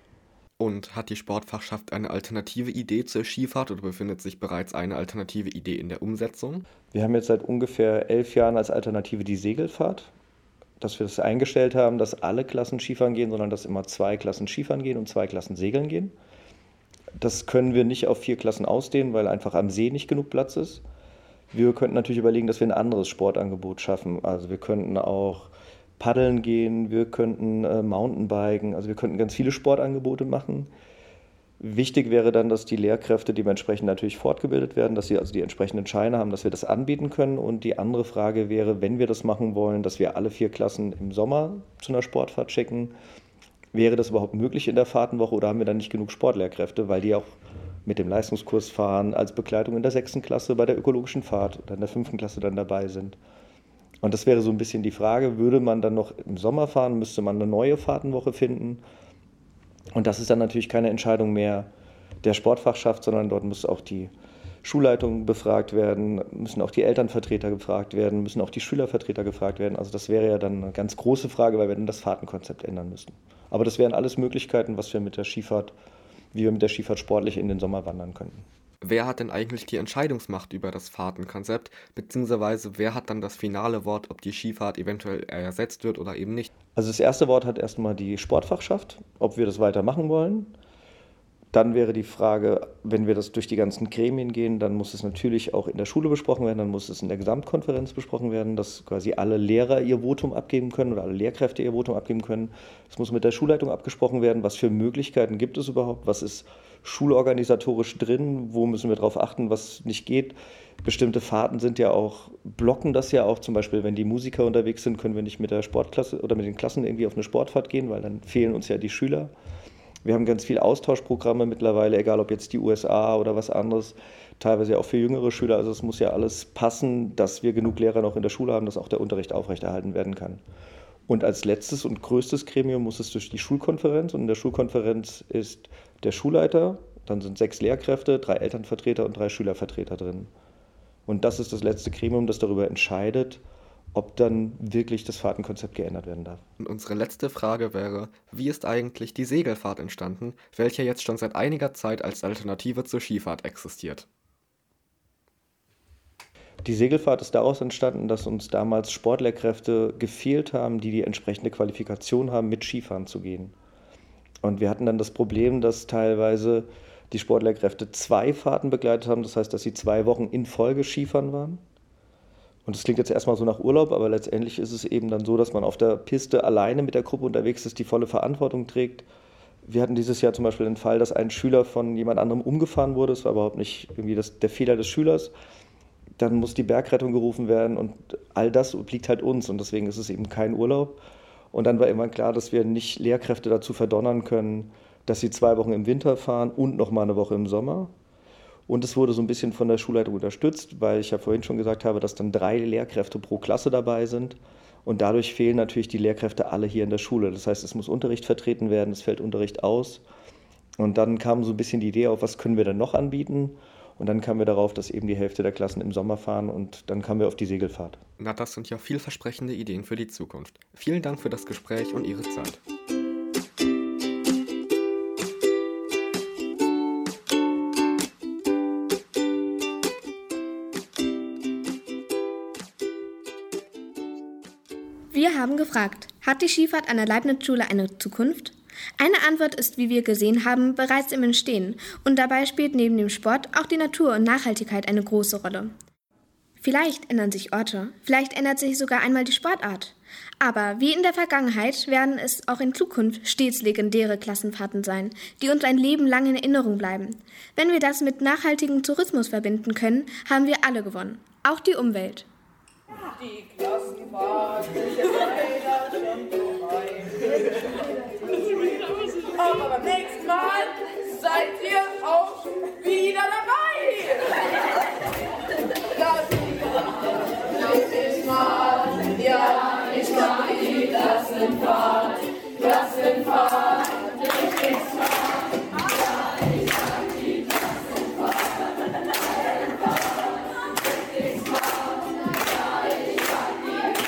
Und hat die Sportfachschaft eine alternative Idee zur Skifahrt oder befindet sich bereits eine alternative Idee in der Umsetzung? Wir haben jetzt seit ungefähr elf Jahren als Alternative die Segelfahrt, dass wir das eingestellt haben, dass alle Klassen Skifahren gehen, sondern dass immer zwei Klassen Skifahren gehen und zwei Klassen segeln gehen. Das können wir nicht auf vier Klassen ausdehnen, weil einfach am See nicht genug Platz ist. Wir könnten natürlich überlegen, dass wir ein anderes Sportangebot schaffen. Also wir könnten auch Paddeln gehen, wir könnten äh, Mountainbiken, also wir könnten ganz viele Sportangebote machen. Wichtig wäre dann, dass die Lehrkräfte dementsprechend natürlich fortgebildet werden, dass sie also die entsprechenden Scheine haben, dass wir das anbieten können. Und die andere Frage wäre, wenn wir das machen wollen, dass wir alle vier Klassen im Sommer zu einer Sportfahrt schicken. Wäre das überhaupt möglich in der Fahrtenwoche oder haben wir dann nicht genug Sportlehrkräfte, weil die auch mit dem Leistungskurs fahren, als Begleitung in der sechsten Klasse bei der ökologischen Fahrt oder in der fünften Klasse dann dabei sind. Und das wäre so ein bisschen die Frage, würde man dann noch im Sommer fahren, müsste man eine neue Fahrtenwoche finden? Und das ist dann natürlich keine Entscheidung mehr der Sportfachschaft, sondern dort muss auch die Schulleitung befragt werden, müssen auch die Elternvertreter gefragt werden, müssen auch die Schülervertreter gefragt werden. Also das wäre ja dann eine ganz große Frage, weil wir dann das Fahrtenkonzept ändern müssen. Aber das wären alles Möglichkeiten, was wir mit der Skifahrt, wie wir mit der Skifahrt sportlich in den Sommer wandern könnten. Wer hat denn eigentlich die Entscheidungsmacht über das Fahrtenkonzept, beziehungsweise wer hat dann das finale Wort, ob die Skifahrt eventuell ersetzt wird oder eben nicht? Also das erste Wort hat erstmal die Sportfachschaft, ob wir das weitermachen wollen. Dann wäre die Frage, wenn wir das durch die ganzen Gremien gehen, dann muss es natürlich auch in der Schule besprochen werden, dann muss es in der Gesamtkonferenz besprochen werden, dass quasi alle Lehrer ihr Votum abgeben können oder alle Lehrkräfte ihr Votum abgeben können. Es muss mit der Schulleitung abgesprochen werden, was für Möglichkeiten gibt es überhaupt, was ist schulorganisatorisch drin, wo müssen wir darauf achten, was nicht geht. Bestimmte Fahrten sind ja auch, blocken das ja auch, zum Beispiel wenn die Musiker unterwegs sind, können wir nicht mit der Sportklasse oder mit den Klassen irgendwie auf eine Sportfahrt gehen, weil dann fehlen uns ja die Schüler. Wir haben ganz viele Austauschprogramme mittlerweile, egal ob jetzt die U S A oder was anderes, teilweise auch für jüngere Schüler. Also es muss ja alles passen, dass wir genug Lehrer noch in der Schule haben, dass auch der Unterricht aufrechterhalten werden kann. Und als letztes und größtes Gremium muss es durch die Schulkonferenz. Und in der Schulkonferenz ist der Schulleiter, dann sind sechs Lehrkräfte, drei Elternvertreter und drei Schülervertreter drin. Und das ist das letzte Gremium, das darüber entscheidet, ob dann wirklich das Fahrtenkonzept geändert werden darf. Und unsere letzte Frage wäre, wie ist eigentlich die Segelfahrt entstanden, welche jetzt schon seit einiger Zeit als Alternative zur Skifahrt existiert? Die Segelfahrt ist daraus entstanden, dass uns damals Sportlehrkräfte gefehlt haben, die die entsprechende Qualifikation haben, mit Skifahren zu gehen. Und wir hatten dann das Problem, dass teilweise die Sportlehrkräfte zwei Fahrten begleitet haben, das heißt, dass sie zwei Wochen in Folge Skifahren waren. Und das klingt jetzt erstmal so nach Urlaub, aber letztendlich ist es eben dann so, dass man auf der Piste alleine mit der Gruppe unterwegs ist, die volle Verantwortung trägt. Wir hatten dieses Jahr zum Beispiel den Fall, dass ein Schüler von jemand anderem umgefahren wurde. Das war überhaupt nicht irgendwie das, der Fehler des Schülers. Dann muss die Bergrettung gerufen werden und all das obliegt halt uns und deswegen ist es eben kein Urlaub. Und dann war immer klar, dass wir nicht Lehrkräfte dazu verdonnern können, dass sie zwei Wochen im Winter fahren und noch mal eine Woche im Sommer. Und es wurde so ein bisschen von der Schulleitung unterstützt, weil ich ja vorhin schon gesagt habe, dass dann drei Lehrkräfte pro Klasse dabei sind. Und dadurch fehlen natürlich die Lehrkräfte alle hier in der Schule. Das heißt, es muss Unterricht vertreten werden, es fällt Unterricht aus. Und dann kam so ein bisschen die Idee auf, was können wir denn noch anbieten? Und dann kamen wir darauf, dass eben die Hälfte der Klassen im Sommer fahren und dann kamen wir auf die Segelfahrt. Na, das sind ja vielversprechende Ideen für die Zukunft. Vielen Dank für das Gespräch und Ihre Zeit. Wir haben gefragt, hat die Skifahrt an der Leibniz-Schule eine Zukunft? Eine Antwort ist, wie wir gesehen haben, bereits im Entstehen und dabei spielt neben dem Sport auch die Natur und Nachhaltigkeit eine große Rolle. Vielleicht ändern sich Orte, vielleicht ändert sich sogar einmal die Sportart. Aber wie in der Vergangenheit werden es auch in Zukunft stets legendäre Klassenfahrten sein, die uns ein Leben lang in Erinnerung bleiben. Wenn wir das mit nachhaltigem Tourismus verbinden können, haben wir alle gewonnen, auch die Umwelt. Die Klassenfahrt ist leider schon vorbei. Aber beim nächsten Mal seid ihr auch wieder dabei. Klassenfahrt, ja, ich mag die Klassenfahrt. Klassenfahrt, Lieblingsfahrt, ja, ich mag die Klassenfahrt. Klassenfahrt, Lieblingsfahrt, ja, ich mag die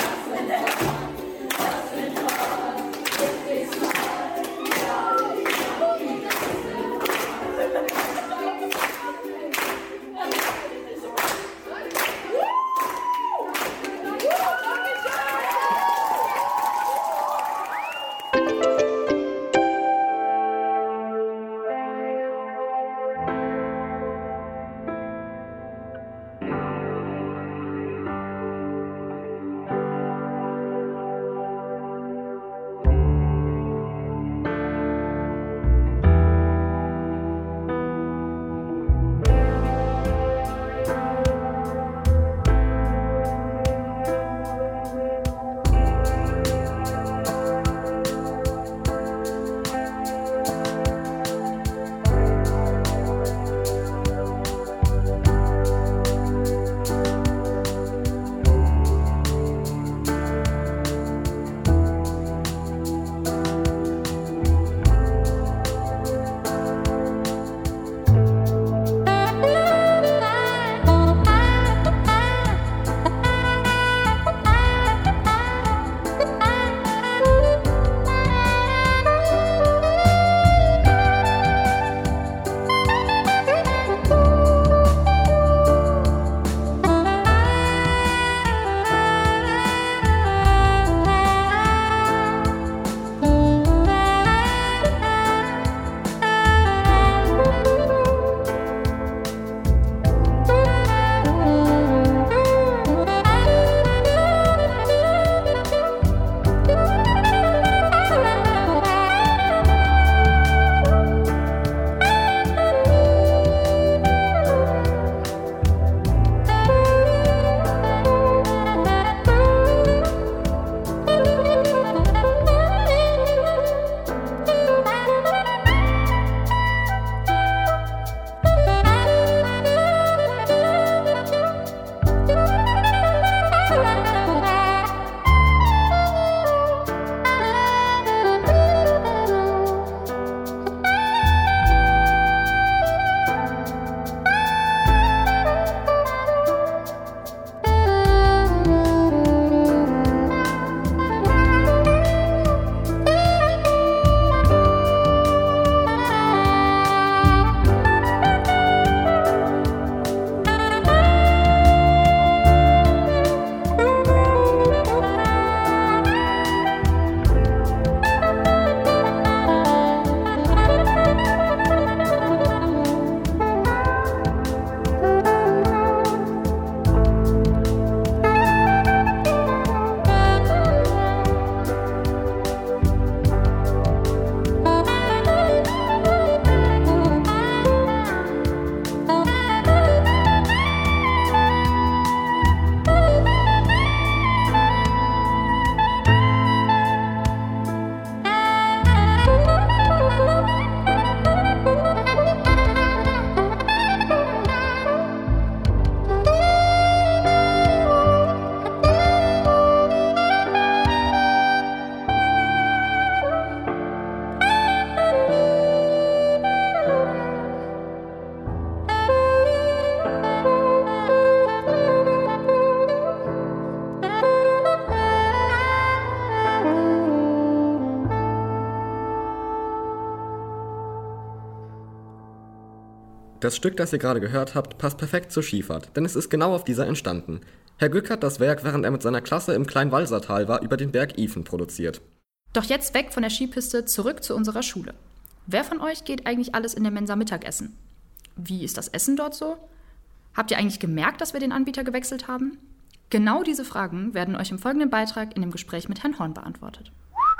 Das Stück, das ihr gerade gehört habt, passt perfekt zur Skifahrt, denn es ist genau auf dieser entstanden. Herr Glück hat das Werk, während er mit seiner Klasse im Kleinwalsertal war, über den Berg Ifen produziert. Doch jetzt weg von der Skipiste, zurück zu unserer Schule. Wer von euch geht eigentlich alles in der Mensa Mittagessen? Wie ist das Essen dort so? Habt ihr eigentlich gemerkt, dass wir den Anbieter gewechselt haben? Genau diese Fragen werden euch im folgenden Beitrag in dem Gespräch mit Herrn Horn beantwortet.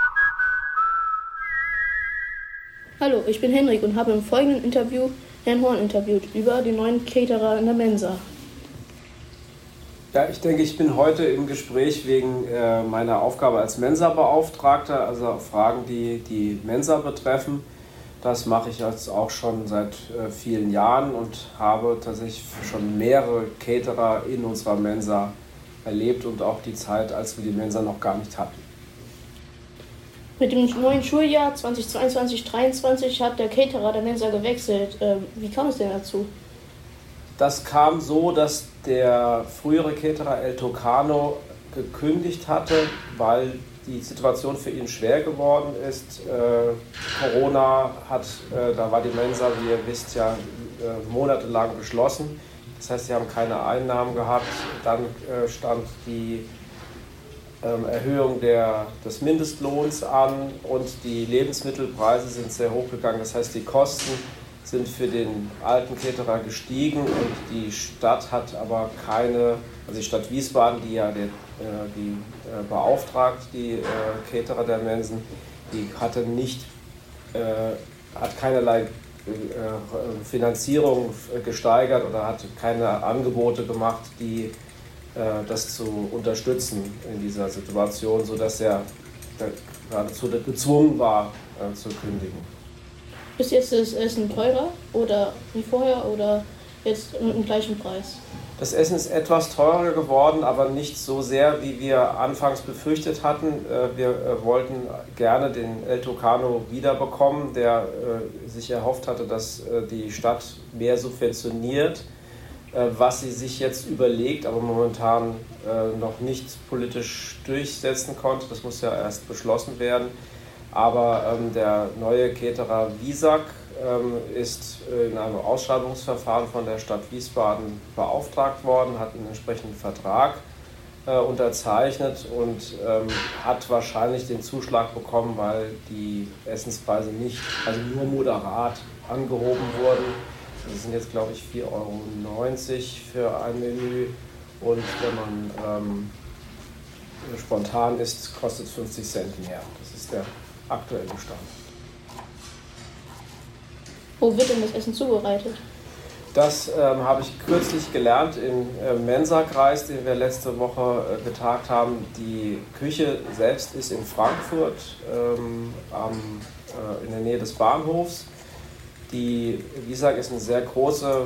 Hallo, ich bin Henrik und habe im folgenden Interview Herrn Horn interviewt über die neuen Caterer in der Mensa. Ja, ich denke, ich bin heute im Gespräch wegen äh, meiner Aufgabe als Mensa-Beauftragter, also Fragen, die die Mensa betreffen. Das mache ich jetzt auch schon seit äh, vielen Jahren und habe tatsächlich schon mehrere Caterer in unserer Mensa erlebt und auch die Zeit, als wir die Mensa noch gar nicht hatten. Mit dem neuen Schuljahr zweitausendzweiundzwanzig dreiundzwanzig hat der Caterer der Mensa gewechselt. Ähm, wie kam es denn dazu? Das kam so, dass der frühere Caterer El Tocano gekündigt hatte, weil die Situation für ihn schwer geworden ist. Äh, Corona hat, äh, da war die Mensa, wie ihr wisst, ja äh, monatelang geschlossen. Das heißt, sie haben keine Einnahmen gehabt. Dann äh, stand die ähm, Erhöhung der, des Mindestlohns an und die Lebensmittelpreise sind sehr hoch gegangen. Das heißt, die Kosten sind für den alten Caterer gestiegen und die Stadt hat aber keine, also die Stadt Wiesbaden, die ja der, die äh, beauftragt, die äh, Caterer der Mensen, die hatte nicht, äh, hat keinerlei äh, Finanzierung gesteigert oder hat keine Angebote gemacht, die äh, das zu unterstützen in dieser Situation, sodass er geradezu gezwungen war, äh, zu kündigen. Ist jetzt das Essen teurer oder wie vorher oder jetzt mit dem gleichen Preis? Das Essen ist etwas teurer geworden, aber nicht so sehr, wie wir anfangs befürchtet hatten. Wir wollten gerne den El Tocano wiederbekommen, der sich erhofft hatte, dass die Stadt mehr subventioniert, was sie sich jetzt überlegt, aber momentan noch nicht politisch durchsetzen konnte. Das muss ja erst beschlossen werden. Aber ähm, der neue Caterer Wiesack ähm, ist in einem Ausschreibungsverfahren von der Stadt Wiesbaden beauftragt worden, hat einen entsprechenden Vertrag äh, unterzeichnet und ähm, hat wahrscheinlich den Zuschlag bekommen, weil die Essenspreise nicht, also nur moderat angehoben wurden. Das sind jetzt, glaube ich, vier Euro neunzig für ein Menü und wenn man ähm, spontan isst, kostet es fünfzig Cent mehr. Das ist der aktuell Bestand. Wo wird denn das Essen zubereitet? Das ähm, habe ich kürzlich gelernt im äh, Mensa-Kreis, den wir letzte Woche äh, getagt haben. Die Küche selbst ist in Frankfurt ähm, am, äh, in der Nähe des Bahnhofs. Die Wiesack ist eine sehr große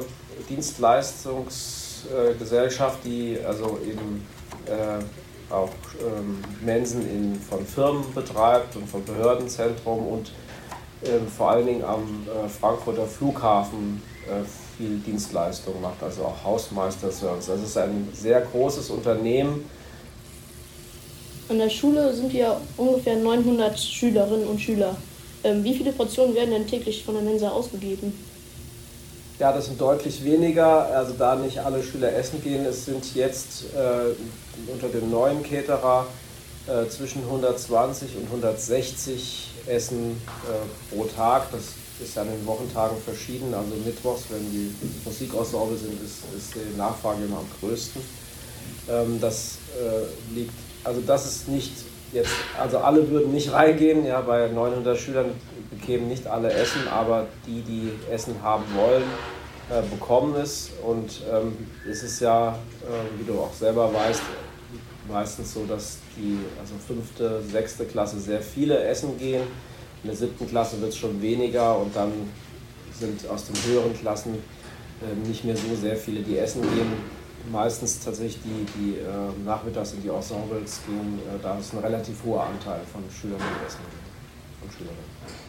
Dienstleistungsgesellschaft, äh, die also eben äh, auch ähm, Mensen in, von Firmen betreibt und von Behördenzentrum und ähm, vor allen Dingen am äh, Frankfurter Flughafen äh, viel Dienstleistung macht, also auch Hausmeisterservice. Das ist ein sehr großes Unternehmen. An der Schule sind ja ungefähr neunhundert Schülerinnen und Schüler. Ähm, wie viele Portionen werden denn täglich von der Mensa ausgegeben? Ja, das sind deutlich weniger, also da nicht alle Schüler essen gehen. Es sind jetzt äh, unter dem neuen Caterer äh, zwischen hundertzwanzig und hundertsechzig Essen äh, pro Tag. Das ist ja an den Wochentagen verschieden. Also mittwochs, wenn die Musikensemble sind, ist, ist die Nachfrage immer am größten. Ähm, das äh, liegt, also das ist nicht jetzt, also alle würden nicht reingehen. Ja, bei neunhundert Schülern bekämen nicht alle Essen, aber die, die Essen haben wollen, äh, bekommen es. Und ähm, es ist ja, äh, wie du auch selber weißt, meistens so, dass die also fünfte, sechste Klasse sehr viele essen gehen. In der siebten Klasse wird es schon weniger und dann sind aus den höheren Klassen äh, nicht mehr so sehr viele, die essen gehen. Meistens tatsächlich die, die äh, nachmittags in die Ensembles gehen, äh, da ist ein relativ hoher Anteil von Schülern, die essen gehen, von Schülerinnen.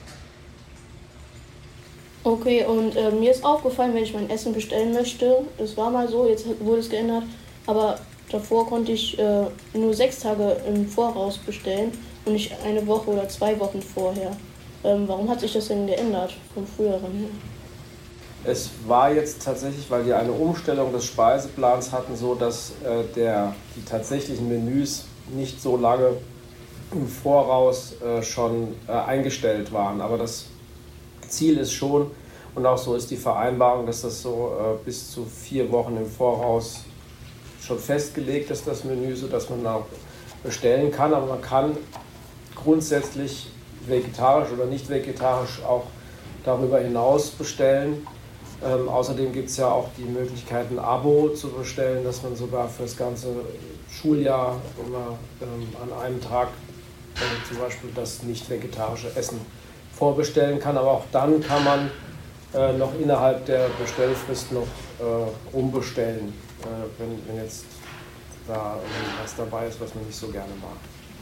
Okay, und äh, mir ist aufgefallen, wenn ich mein Essen bestellen möchte, das war mal so, jetzt wurde es geändert, aber davor konnte ich äh, nur sechs Tage im Voraus bestellen und nicht eine Woche oder zwei Wochen vorher. Ähm, warum hat sich das denn geändert vom früheren her? Es war jetzt tatsächlich, weil wir eine Umstellung des Speiseplans hatten, so dass äh, der, die tatsächlichen Menüs nicht so lange im Voraus äh, schon äh, eingestellt waren. Aber das Ziel ist schon, und auch so ist die Vereinbarung, dass das so äh, bis zu vier Wochen im Voraus schon festgelegt ist, das Menü, sodass man auch bestellen kann. Aber man kann grundsätzlich vegetarisch oder nicht vegetarisch auch darüber hinaus bestellen. Ähm, außerdem gibt es ja auch die Möglichkeit, ein Abo zu bestellen, dass man sogar für das ganze Schuljahr immer ähm, an einem Tag äh, zum Beispiel das nicht vegetarische Essen vorbestellen kann. Aber auch dann kann man äh, noch innerhalb der Bestellfrist noch äh, umbestellen, äh, wenn, wenn jetzt da was dabei ist, was man nicht so gerne mag.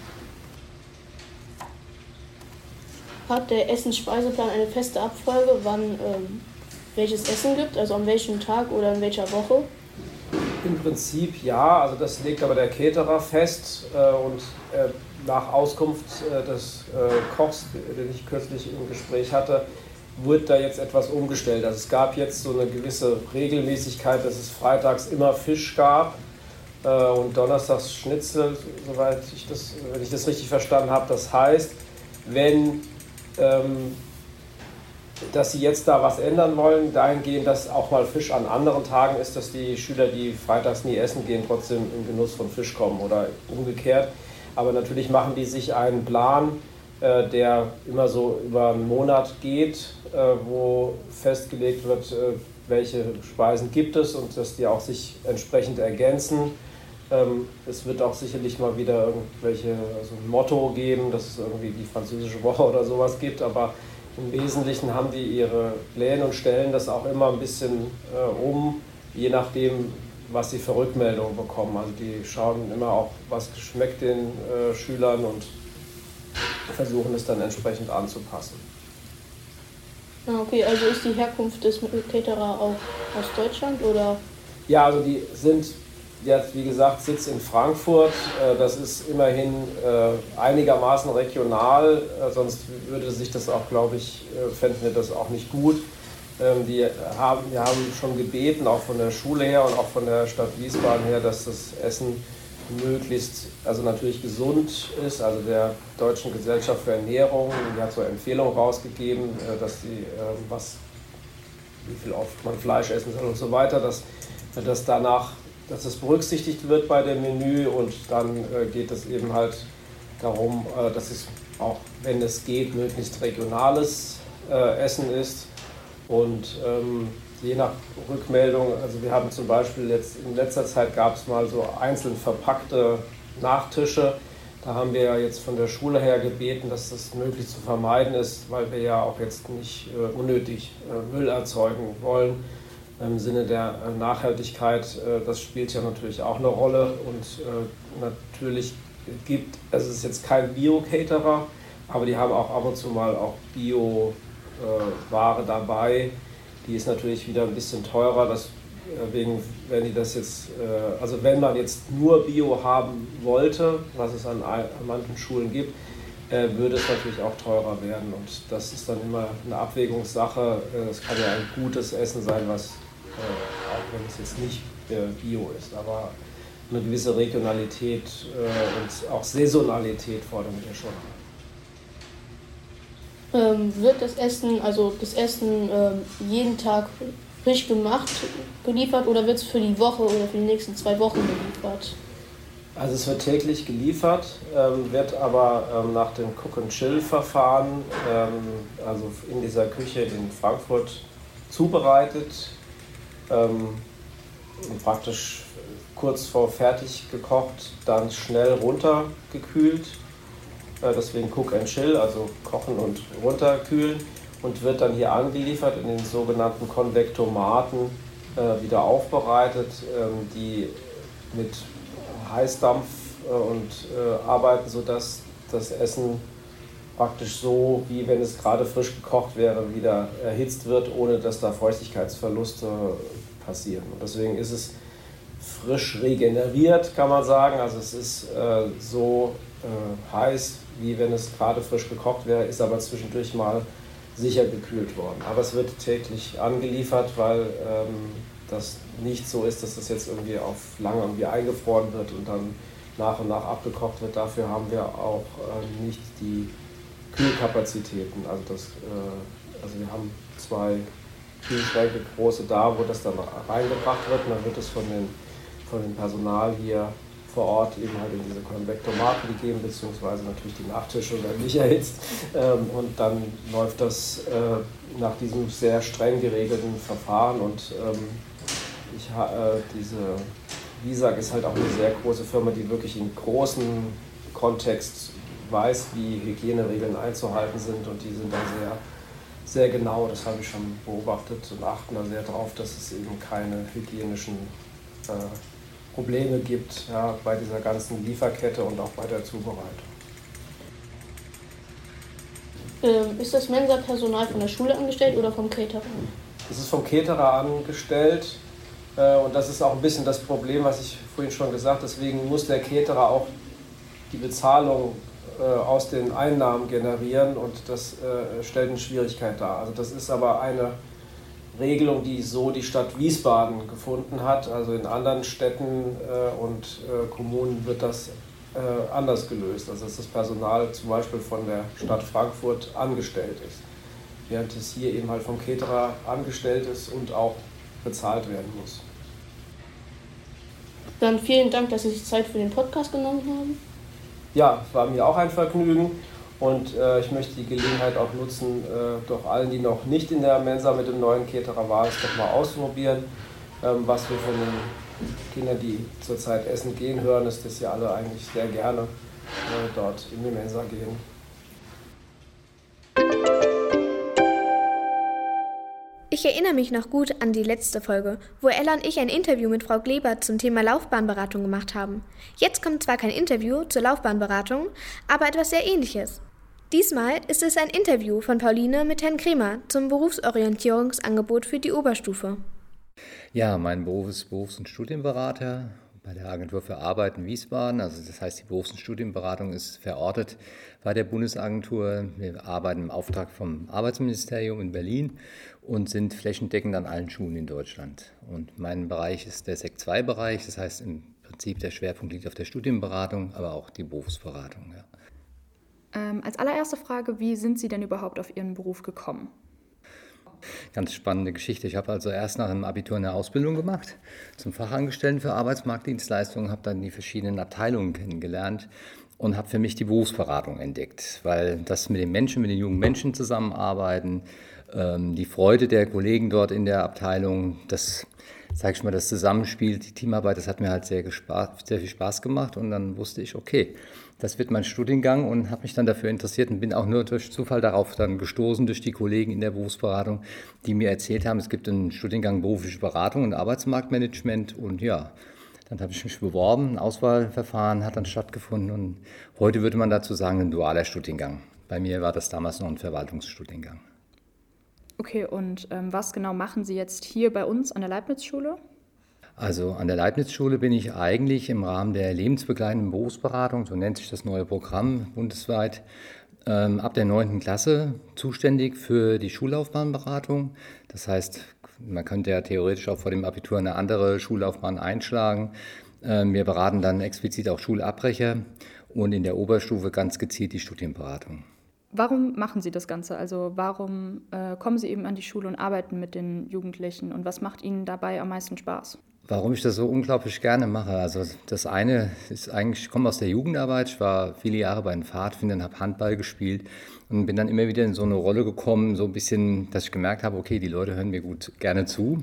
Hat der Essensspeiseplan eine feste Abfolge, wann ähm, welches Essen gibt, also an welchem Tag oder in welcher Woche? Im Prinzip ja, also das legt aber der Caterer fest äh, und äh, nach Auskunft äh, des äh, Kochs, den ich kürzlich im Gespräch hatte, wurde da jetzt etwas umgestellt. Also es gab jetzt so eine gewisse Regelmäßigkeit, dass es freitags immer Fisch gab äh, und donnerstags Schnitzel, soweit ich das, wenn ich das richtig verstanden habe. Das heißt, wenn ähm, dass sie jetzt da was ändern wollen, dahingehend, dass auch mal Fisch an anderen Tagen ist, dass die Schüler, die freitags nie essen gehen, trotzdem im Genuss von Fisch kommen oder umgekehrt. Aber natürlich machen die sich einen Plan, äh, der immer so über einen Monat geht, äh, wo festgelegt wird, äh, welche Speisen gibt es und dass die auch sich entsprechend ergänzen. Ähm, es wird auch sicherlich mal wieder irgendwelche, also ein Motto geben, dass es irgendwie die französische Woche oder sowas gibt, aber im Wesentlichen haben die ihre Pläne und stellen das auch immer ein bisschen äh, um, je nachdem, was sie für Rückmeldungen bekommen. Also die schauen immer auch, was schmeckt den äh, Schülern und versuchen es dann entsprechend anzupassen. Ah, okay, also ist die Herkunft des Caterer auch aus Deutschland oder? Ja, also die sind jetzt, wie gesagt, Sitz in Frankfurt. Das ist immerhin einigermaßen regional, sonst würde sich das auch, glaube ich, fänden wir das auch nicht gut. Die haben, wir haben schon gebeten, auch von der Schule her und auch von der Stadt Wiesbaden her, dass das Essen möglichst, also natürlich gesund ist. Also der Deutschen Gesellschaft für Ernährung, die hat so Empfehlungen rausgegeben, dass die, was, wie viel oft man Fleisch essen soll und so weiter, dass, dass danach dass es berücksichtigt wird bei dem Menü und dann äh, geht es eben halt darum, äh, dass es auch, wenn es geht, möglichst regionales äh, Essen ist und ähm, je nach Rückmeldung, also wir haben zum Beispiel jetzt in letzter Zeit gab es mal so einzeln verpackte Nachtische, da haben wir ja jetzt von der Schule her gebeten, dass das möglichst zu vermeiden ist, weil wir ja auch jetzt nicht äh, unnötig äh, Müll erzeugen wollen. Im Sinne der Nachhaltigkeit, das spielt ja natürlich auch eine Rolle und natürlich gibt, also es ist jetzt kein Bio-Caterer, aber die haben auch ab und zu mal auch Bio-Ware dabei, die ist natürlich wieder ein bisschen teurer, deswegen, wenn die das jetzt, also wenn man jetzt nur Bio haben wollte, was es an, an manchen Schulen gibt, würde es natürlich auch teurer werden und das ist dann immer eine Abwägungssache, es kann ja ein gutes Essen sein, was Äh, auch wenn es jetzt nicht äh, Bio ist, aber eine gewisse Regionalität äh, und auch Saisonalität fordern wir schon. Ähm, wird das Essen, also das Essen ähm, jeden Tag frisch gemacht, geliefert oder wird es für die Woche oder für die nächsten zwei Wochen geliefert? Also es wird täglich geliefert, ähm, wird aber ähm, nach dem Cook-and-Chill-Verfahren, ähm, also in dieser Küche in Frankfurt zubereitet. Ähm, praktisch kurz vor fertig gekocht, dann schnell runtergekühlt, äh, deswegen Cook and Chill, also kochen und runterkühlen und wird dann hier angeliefert in den sogenannten Konvektomaten, äh, wieder aufbereitet, ähm, die mit Heißdampf äh, und äh, arbeiten, sodass das Essen praktisch so, wie wenn es gerade frisch gekocht wäre, wieder erhitzt wird, ohne dass da Feuchtigkeitsverluste passieren. Und deswegen ist es frisch regeneriert, kann man sagen. Also es ist äh, so äh, heiß, wie wenn es gerade frisch gekocht wäre, ist aber zwischendurch mal sicher gekühlt worden. Aber es wird täglich angeliefert, weil ähm, das nicht so ist, dass das jetzt irgendwie auf lange irgendwie eingefroren wird und dann nach und nach abgekocht wird. Dafür haben wir auch äh, nicht die Kühlkapazitäten. Also, das, äh, also wir haben zwei Kühlschränke, große da, wo das dann reingebracht wird und dann wird es von den, von dem Personal hier vor Ort eben halt in diese Konvektomaten gegeben, beziehungsweise natürlich die Nachtische werden nicht erhitzt. Ähm, und dann läuft das äh, nach diesem sehr streng geregelten Verfahren. Und ähm, ich, äh, diese Visag ist halt auch eine sehr große Firma, die wirklich im großen Kontext weiß, wie Hygieneregeln einzuhalten sind. Und die sind da sehr, sehr genau, das habe ich schon beobachtet, und achten da sehr darauf, dass es eben keine hygienischen äh, Probleme gibt, ja, bei dieser ganzen Lieferkette und auch bei der Zubereitung. Ähm, ist das Mensa-Personal von der Schule angestellt oder vom Caterer? Es ist vom Caterer angestellt äh, und das ist auch ein bisschen das Problem, was ich vorhin schon gesagt habe. Deswegen muss der Caterer auch die Bezahlung äh, aus den Einnahmen generieren und das äh, stellt eine Schwierigkeit dar. Also das ist aber eine Regelung, die so die Stadt Wiesbaden gefunden hat. Also in anderen Städten äh, und äh, Kommunen wird das äh, anders gelöst. Also dass das Personal zum Beispiel von der Stadt Frankfurt angestellt ist, während es hier eben halt vom Caterer angestellt ist und auch bezahlt werden muss. Dann vielen Dank, dass Sie sich Zeit für den Podcast genommen haben. Ja, es war mir auch ein Vergnügen. Und äh, ich möchte die Gelegenheit auch nutzen, äh, doch allen, die noch nicht in der Mensa mit dem neuen Caterer waren, es doch mal auszuprobieren. Ähm, was wir von den Kindern, die zurzeit essen gehen, hören, ist, dass sie alle eigentlich sehr gerne äh, dort in die Mensa gehen. Ich erinnere mich noch gut an die letzte Folge, wo Ella und ich ein Interview mit Frau Kleber zum Thema Laufbahnberatung gemacht haben. Jetzt kommt zwar kein Interview zur Laufbahnberatung, aber etwas sehr Ähnliches. Diesmal ist es ein Interview von Pauline mit Herrn Kremer zum Berufsorientierungsangebot für die Oberstufe. Ja, mein Beruf ist Berufs- und Studienberater bei der Agentur für Arbeit in Wiesbaden. Also das heißt, die Berufs- und Studienberatung ist verortet bei der Bundesagentur. Wir arbeiten im Auftrag vom Arbeitsministerium in Berlin und sind flächendeckend an allen Schulen in Deutschland. Und mein Bereich ist der Sek zwei Bereich, das heißt im Prinzip der Schwerpunkt liegt auf der Studienberatung, aber auch die Berufsberatung. Ja. Ähm, als allererste Frage, wie sind Sie denn überhaupt auf Ihren Beruf gekommen? Ganz spannende Geschichte. Ich habe also erst nach dem Abitur eine Ausbildung gemacht zum Fachangestellten für Arbeitsmarktdienstleistungen, habe dann die verschiedenen Abteilungen kennengelernt und habe für mich die Berufsberatung entdeckt, weil das mit den Menschen, mit den jungen Menschen zusammenarbeiten, ähm, die Freude der Kollegen dort in der Abteilung, das, sag ich mal, das Zusammenspiel, die Teamarbeit, das hat mir halt sehr, gespa- sehr viel Spaß gemacht und dann wusste ich, okay, das wird mein Studiengang und habe mich dann dafür interessiert und bin auch nur durch Zufall darauf dann gestoßen, durch die Kollegen in der Berufsberatung, die mir erzählt haben, es gibt einen Studiengang berufliche Beratung und Arbeitsmarktmanagement und ja, dann habe ich mich beworben, ein Auswahlverfahren hat dann stattgefunden und heute würde man dazu sagen, ein dualer Studiengang. Bei mir war das damals noch ein Verwaltungsstudiengang. Okay, und ähm, was genau machen Sie jetzt hier bei uns an der Leibniz-Schule? Also an der Leibniz-Schule bin ich eigentlich im Rahmen der lebensbegleitenden Berufsberatung, so nennt sich das neue Programm bundesweit, ähm, ab der neunten Klasse zuständig für die Schullaufbahnberatung. Das heißt, man könnte ja theoretisch auch vor dem Abitur eine andere Schullaufbahn einschlagen. Ähm, wir beraten dann explizit auch Schulabbrecher und in der Oberstufe ganz gezielt die Studienberatung. Warum machen Sie das Ganze? Also warum äh, kommen Sie eben an die Schule und arbeiten mit den Jugendlichen und was macht Ihnen dabei am meisten Spaß? Warum ich das so unglaublich gerne mache, also das eine ist eigentlich, ich komme aus der Jugendarbeit, ich war viele Jahre bei den Pfadfindern, habe Handball gespielt und bin dann immer wieder in so eine Rolle gekommen, so ein bisschen, dass ich gemerkt habe, okay, die Leute hören mir gut gerne zu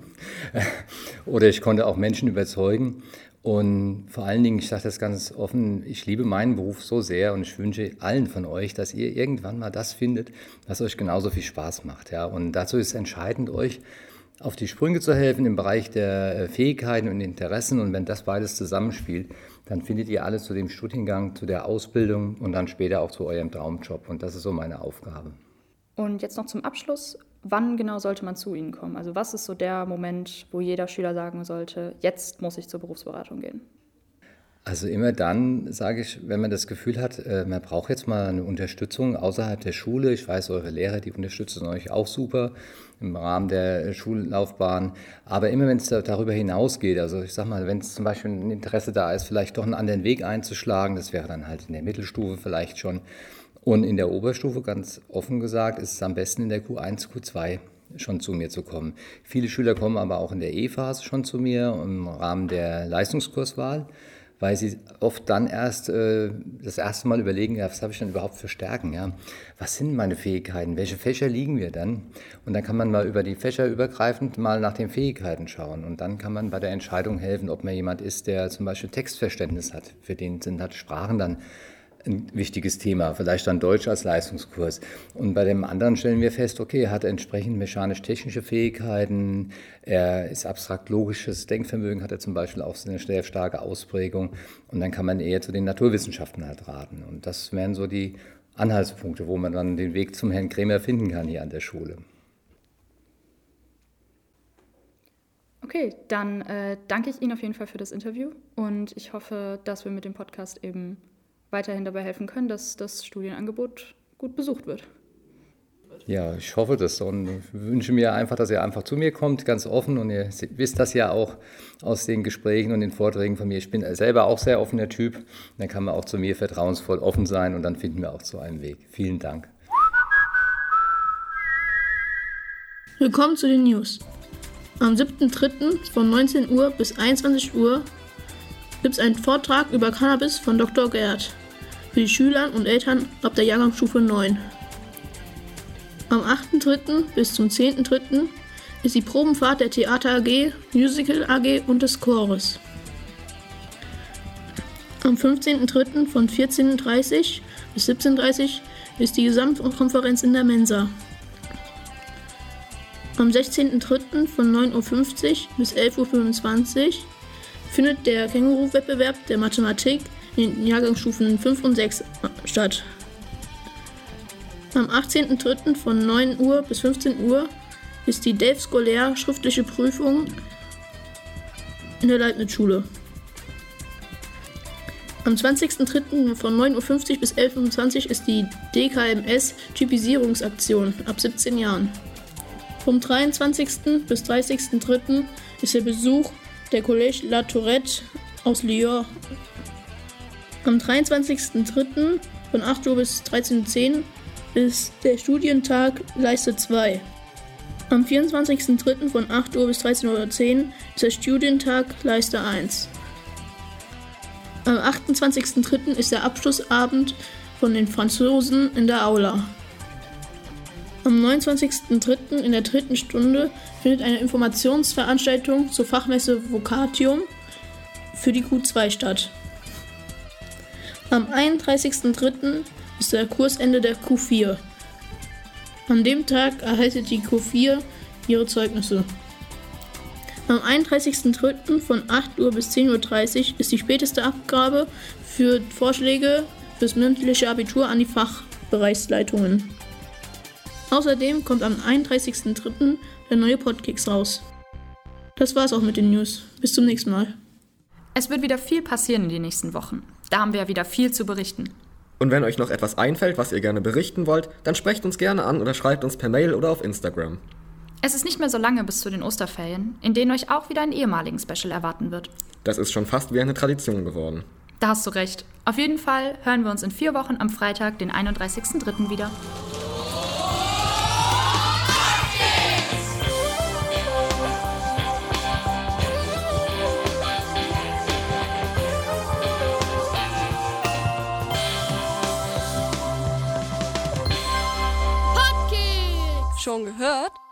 oder ich konnte auch Menschen überzeugen und vor allen Dingen, ich sage das ganz offen, ich liebe meinen Beruf so sehr und ich wünsche allen von euch, dass ihr irgendwann mal das findet, was euch genauso viel Spaß macht, ja, und dazu ist entscheidend, euch auf die Sprünge zu helfen im Bereich der Fähigkeiten und Interessen. Und wenn das beides zusammenspielt, dann findet ihr alle zu dem Studiengang, zu der Ausbildung und dann später auch zu eurem Traumjob. Und das ist so meine Aufgabe. Und jetzt noch zum Abschluss. Wann genau sollte man zu Ihnen kommen? Also was ist so der Moment, wo jeder Schüler sagen sollte, jetzt muss ich zur Berufsberatung gehen? Also immer dann, sage ich, wenn man das Gefühl hat, man braucht jetzt mal eine Unterstützung außerhalb der Schule. Ich weiß, eure Lehrer, die unterstützen euch auch super im Rahmen der Schullaufbahn. Aber immer, wenn es darüber hinausgeht, also ich sag mal, wenn es zum Beispiel ein Interesse da ist, vielleicht doch einen anderen Weg einzuschlagen, das wäre dann halt in der Mittelstufe vielleicht schon. Und in der Oberstufe, ganz offen gesagt, ist es am besten in der Q eins, Q zwei schon zu mir zu kommen. Viele Schüler kommen aber auch in der E-Phase schon zu mir im Rahmen der Leistungskurswahl, weil sie oft dann erst äh, das erste Mal überlegen, ja, was habe ich denn überhaupt für Stärken? Ja? Was sind meine Fähigkeiten? Welche Fächer liegen mir dann? Und dann kann man mal über die Fächer übergreifend mal nach den Fähigkeiten schauen. Und dann kann man bei der Entscheidung helfen, ob man jemand ist, der zum Beispiel Textverständnis hat. Für den sind halt Sprachen dann ein wichtiges Thema, vielleicht dann Deutsch als Leistungskurs. Und bei dem anderen stellen wir fest, okay, er hat entsprechend mechanisch-technische Fähigkeiten, er ist abstrakt-logisches Denkvermögen, hat er zum Beispiel auch eine sehr starke Ausprägung. Und dann kann man eher zu den Naturwissenschaften halt raten. Und das wären so die Anhaltspunkte, wo man dann den Weg zum Herrn Krämer finden kann hier an der Schule. Okay, dann äh, danke ich Ihnen auf jeden Fall für das Interview und ich hoffe, dass wir mit dem Podcast eben weiterhin dabei helfen können, dass das Studienangebot gut besucht wird. Ja, ich hoffe das und ich wünsche mir einfach, dass ihr einfach zu mir kommt, ganz offen und ihr wisst das ja auch aus den Gesprächen und den Vorträgen von mir. Ich bin selber auch sehr offener Typ, dann kann man auch zu mir vertrauensvoll offen sein und dann finden wir auch zu einem Weg. Vielen Dank. Willkommen zu den News. Am siebten dritten von neunzehn Uhr bis einundzwanzig Uhr gibt es einen Vortrag über Cannabis von Doktor Gerd für die Schüler und Eltern ab der Jahrgangsstufe neun. Am achten dritten bis zum zehnten dritten ist die Probenfahrt der Theater A G, Musical A G und des Chores. Am fünfzehnten dritten von vierzehn Uhr dreißig bis siebzehn Uhr dreißig ist die Gesamtkonferenz in der Mensa. Am sechzehnten dritten von neun Uhr fünfzig bis elf Uhr fünfundzwanzig findet der Känguru-Wettbewerb der Mathematik in den Jahrgangsstufen fünf und sechs statt. Am achtzehnten dritten von neun Uhr bis fünfzehn Uhr ist die Delf Scolaire schriftliche Prüfung in der Leibniz-Schule. Am zwanzigsten dritten von neun Uhr fünfzig bis elf Uhr fünfundzwanzig ist die D K M S-Typisierungsaktion ab siebzehn Jahren. Vom dreiundzwanzigsten bis dreißigsten dritten ist der Besuch der Collège La Tourette aus Lyon. Am dreiundzwanzigsten dritten von acht Uhr bis dreizehn Uhr zehn ist der Studientag Leiste zwei. Am vierundzwanzigsten dritten von acht Uhr bis dreizehn Uhr zehn ist der Studientag Leiste eins. Am achtundzwanzigsten dritten ist der Abschlussabend von den Franzosen in der Aula. Am neunundzwanzigsten dritten in der dritten Stunde findet eine Informationsveranstaltung zur Fachmesse Vocatium für die Q zwei statt. Am einunddreißigsten dritten ist der Kursende der Q vier. An dem Tag erhaltet die Q vier ihre Zeugnisse. Am einunddreißigsten dritten von acht Uhr bis zehn Uhr dreißig ist die späteste Abgabe für Vorschläge fürs mündliche Abitur an die Fachbereichsleitungen. Außerdem kommt am einunddreißigsten dritten der neue Podkeks raus. Das war's auch mit den News. Bis zum nächsten Mal. Es wird wieder viel passieren in den nächsten Wochen. Da haben wir ja wieder viel zu berichten. Und wenn euch noch etwas einfällt, was ihr gerne berichten wollt, dann sprecht uns gerne an oder schreibt uns per Mail oder auf Instagram. Es ist nicht mehr so lange bis zu den Osterferien, in denen euch auch wieder ein ehemaligen Special erwarten wird. Das ist schon fast wie eine Tradition geworden. Da hast du recht. Auf jeden Fall hören wir uns in vier Wochen am Freitag, den einunddreißigsten dritten wieder. Schon gehört?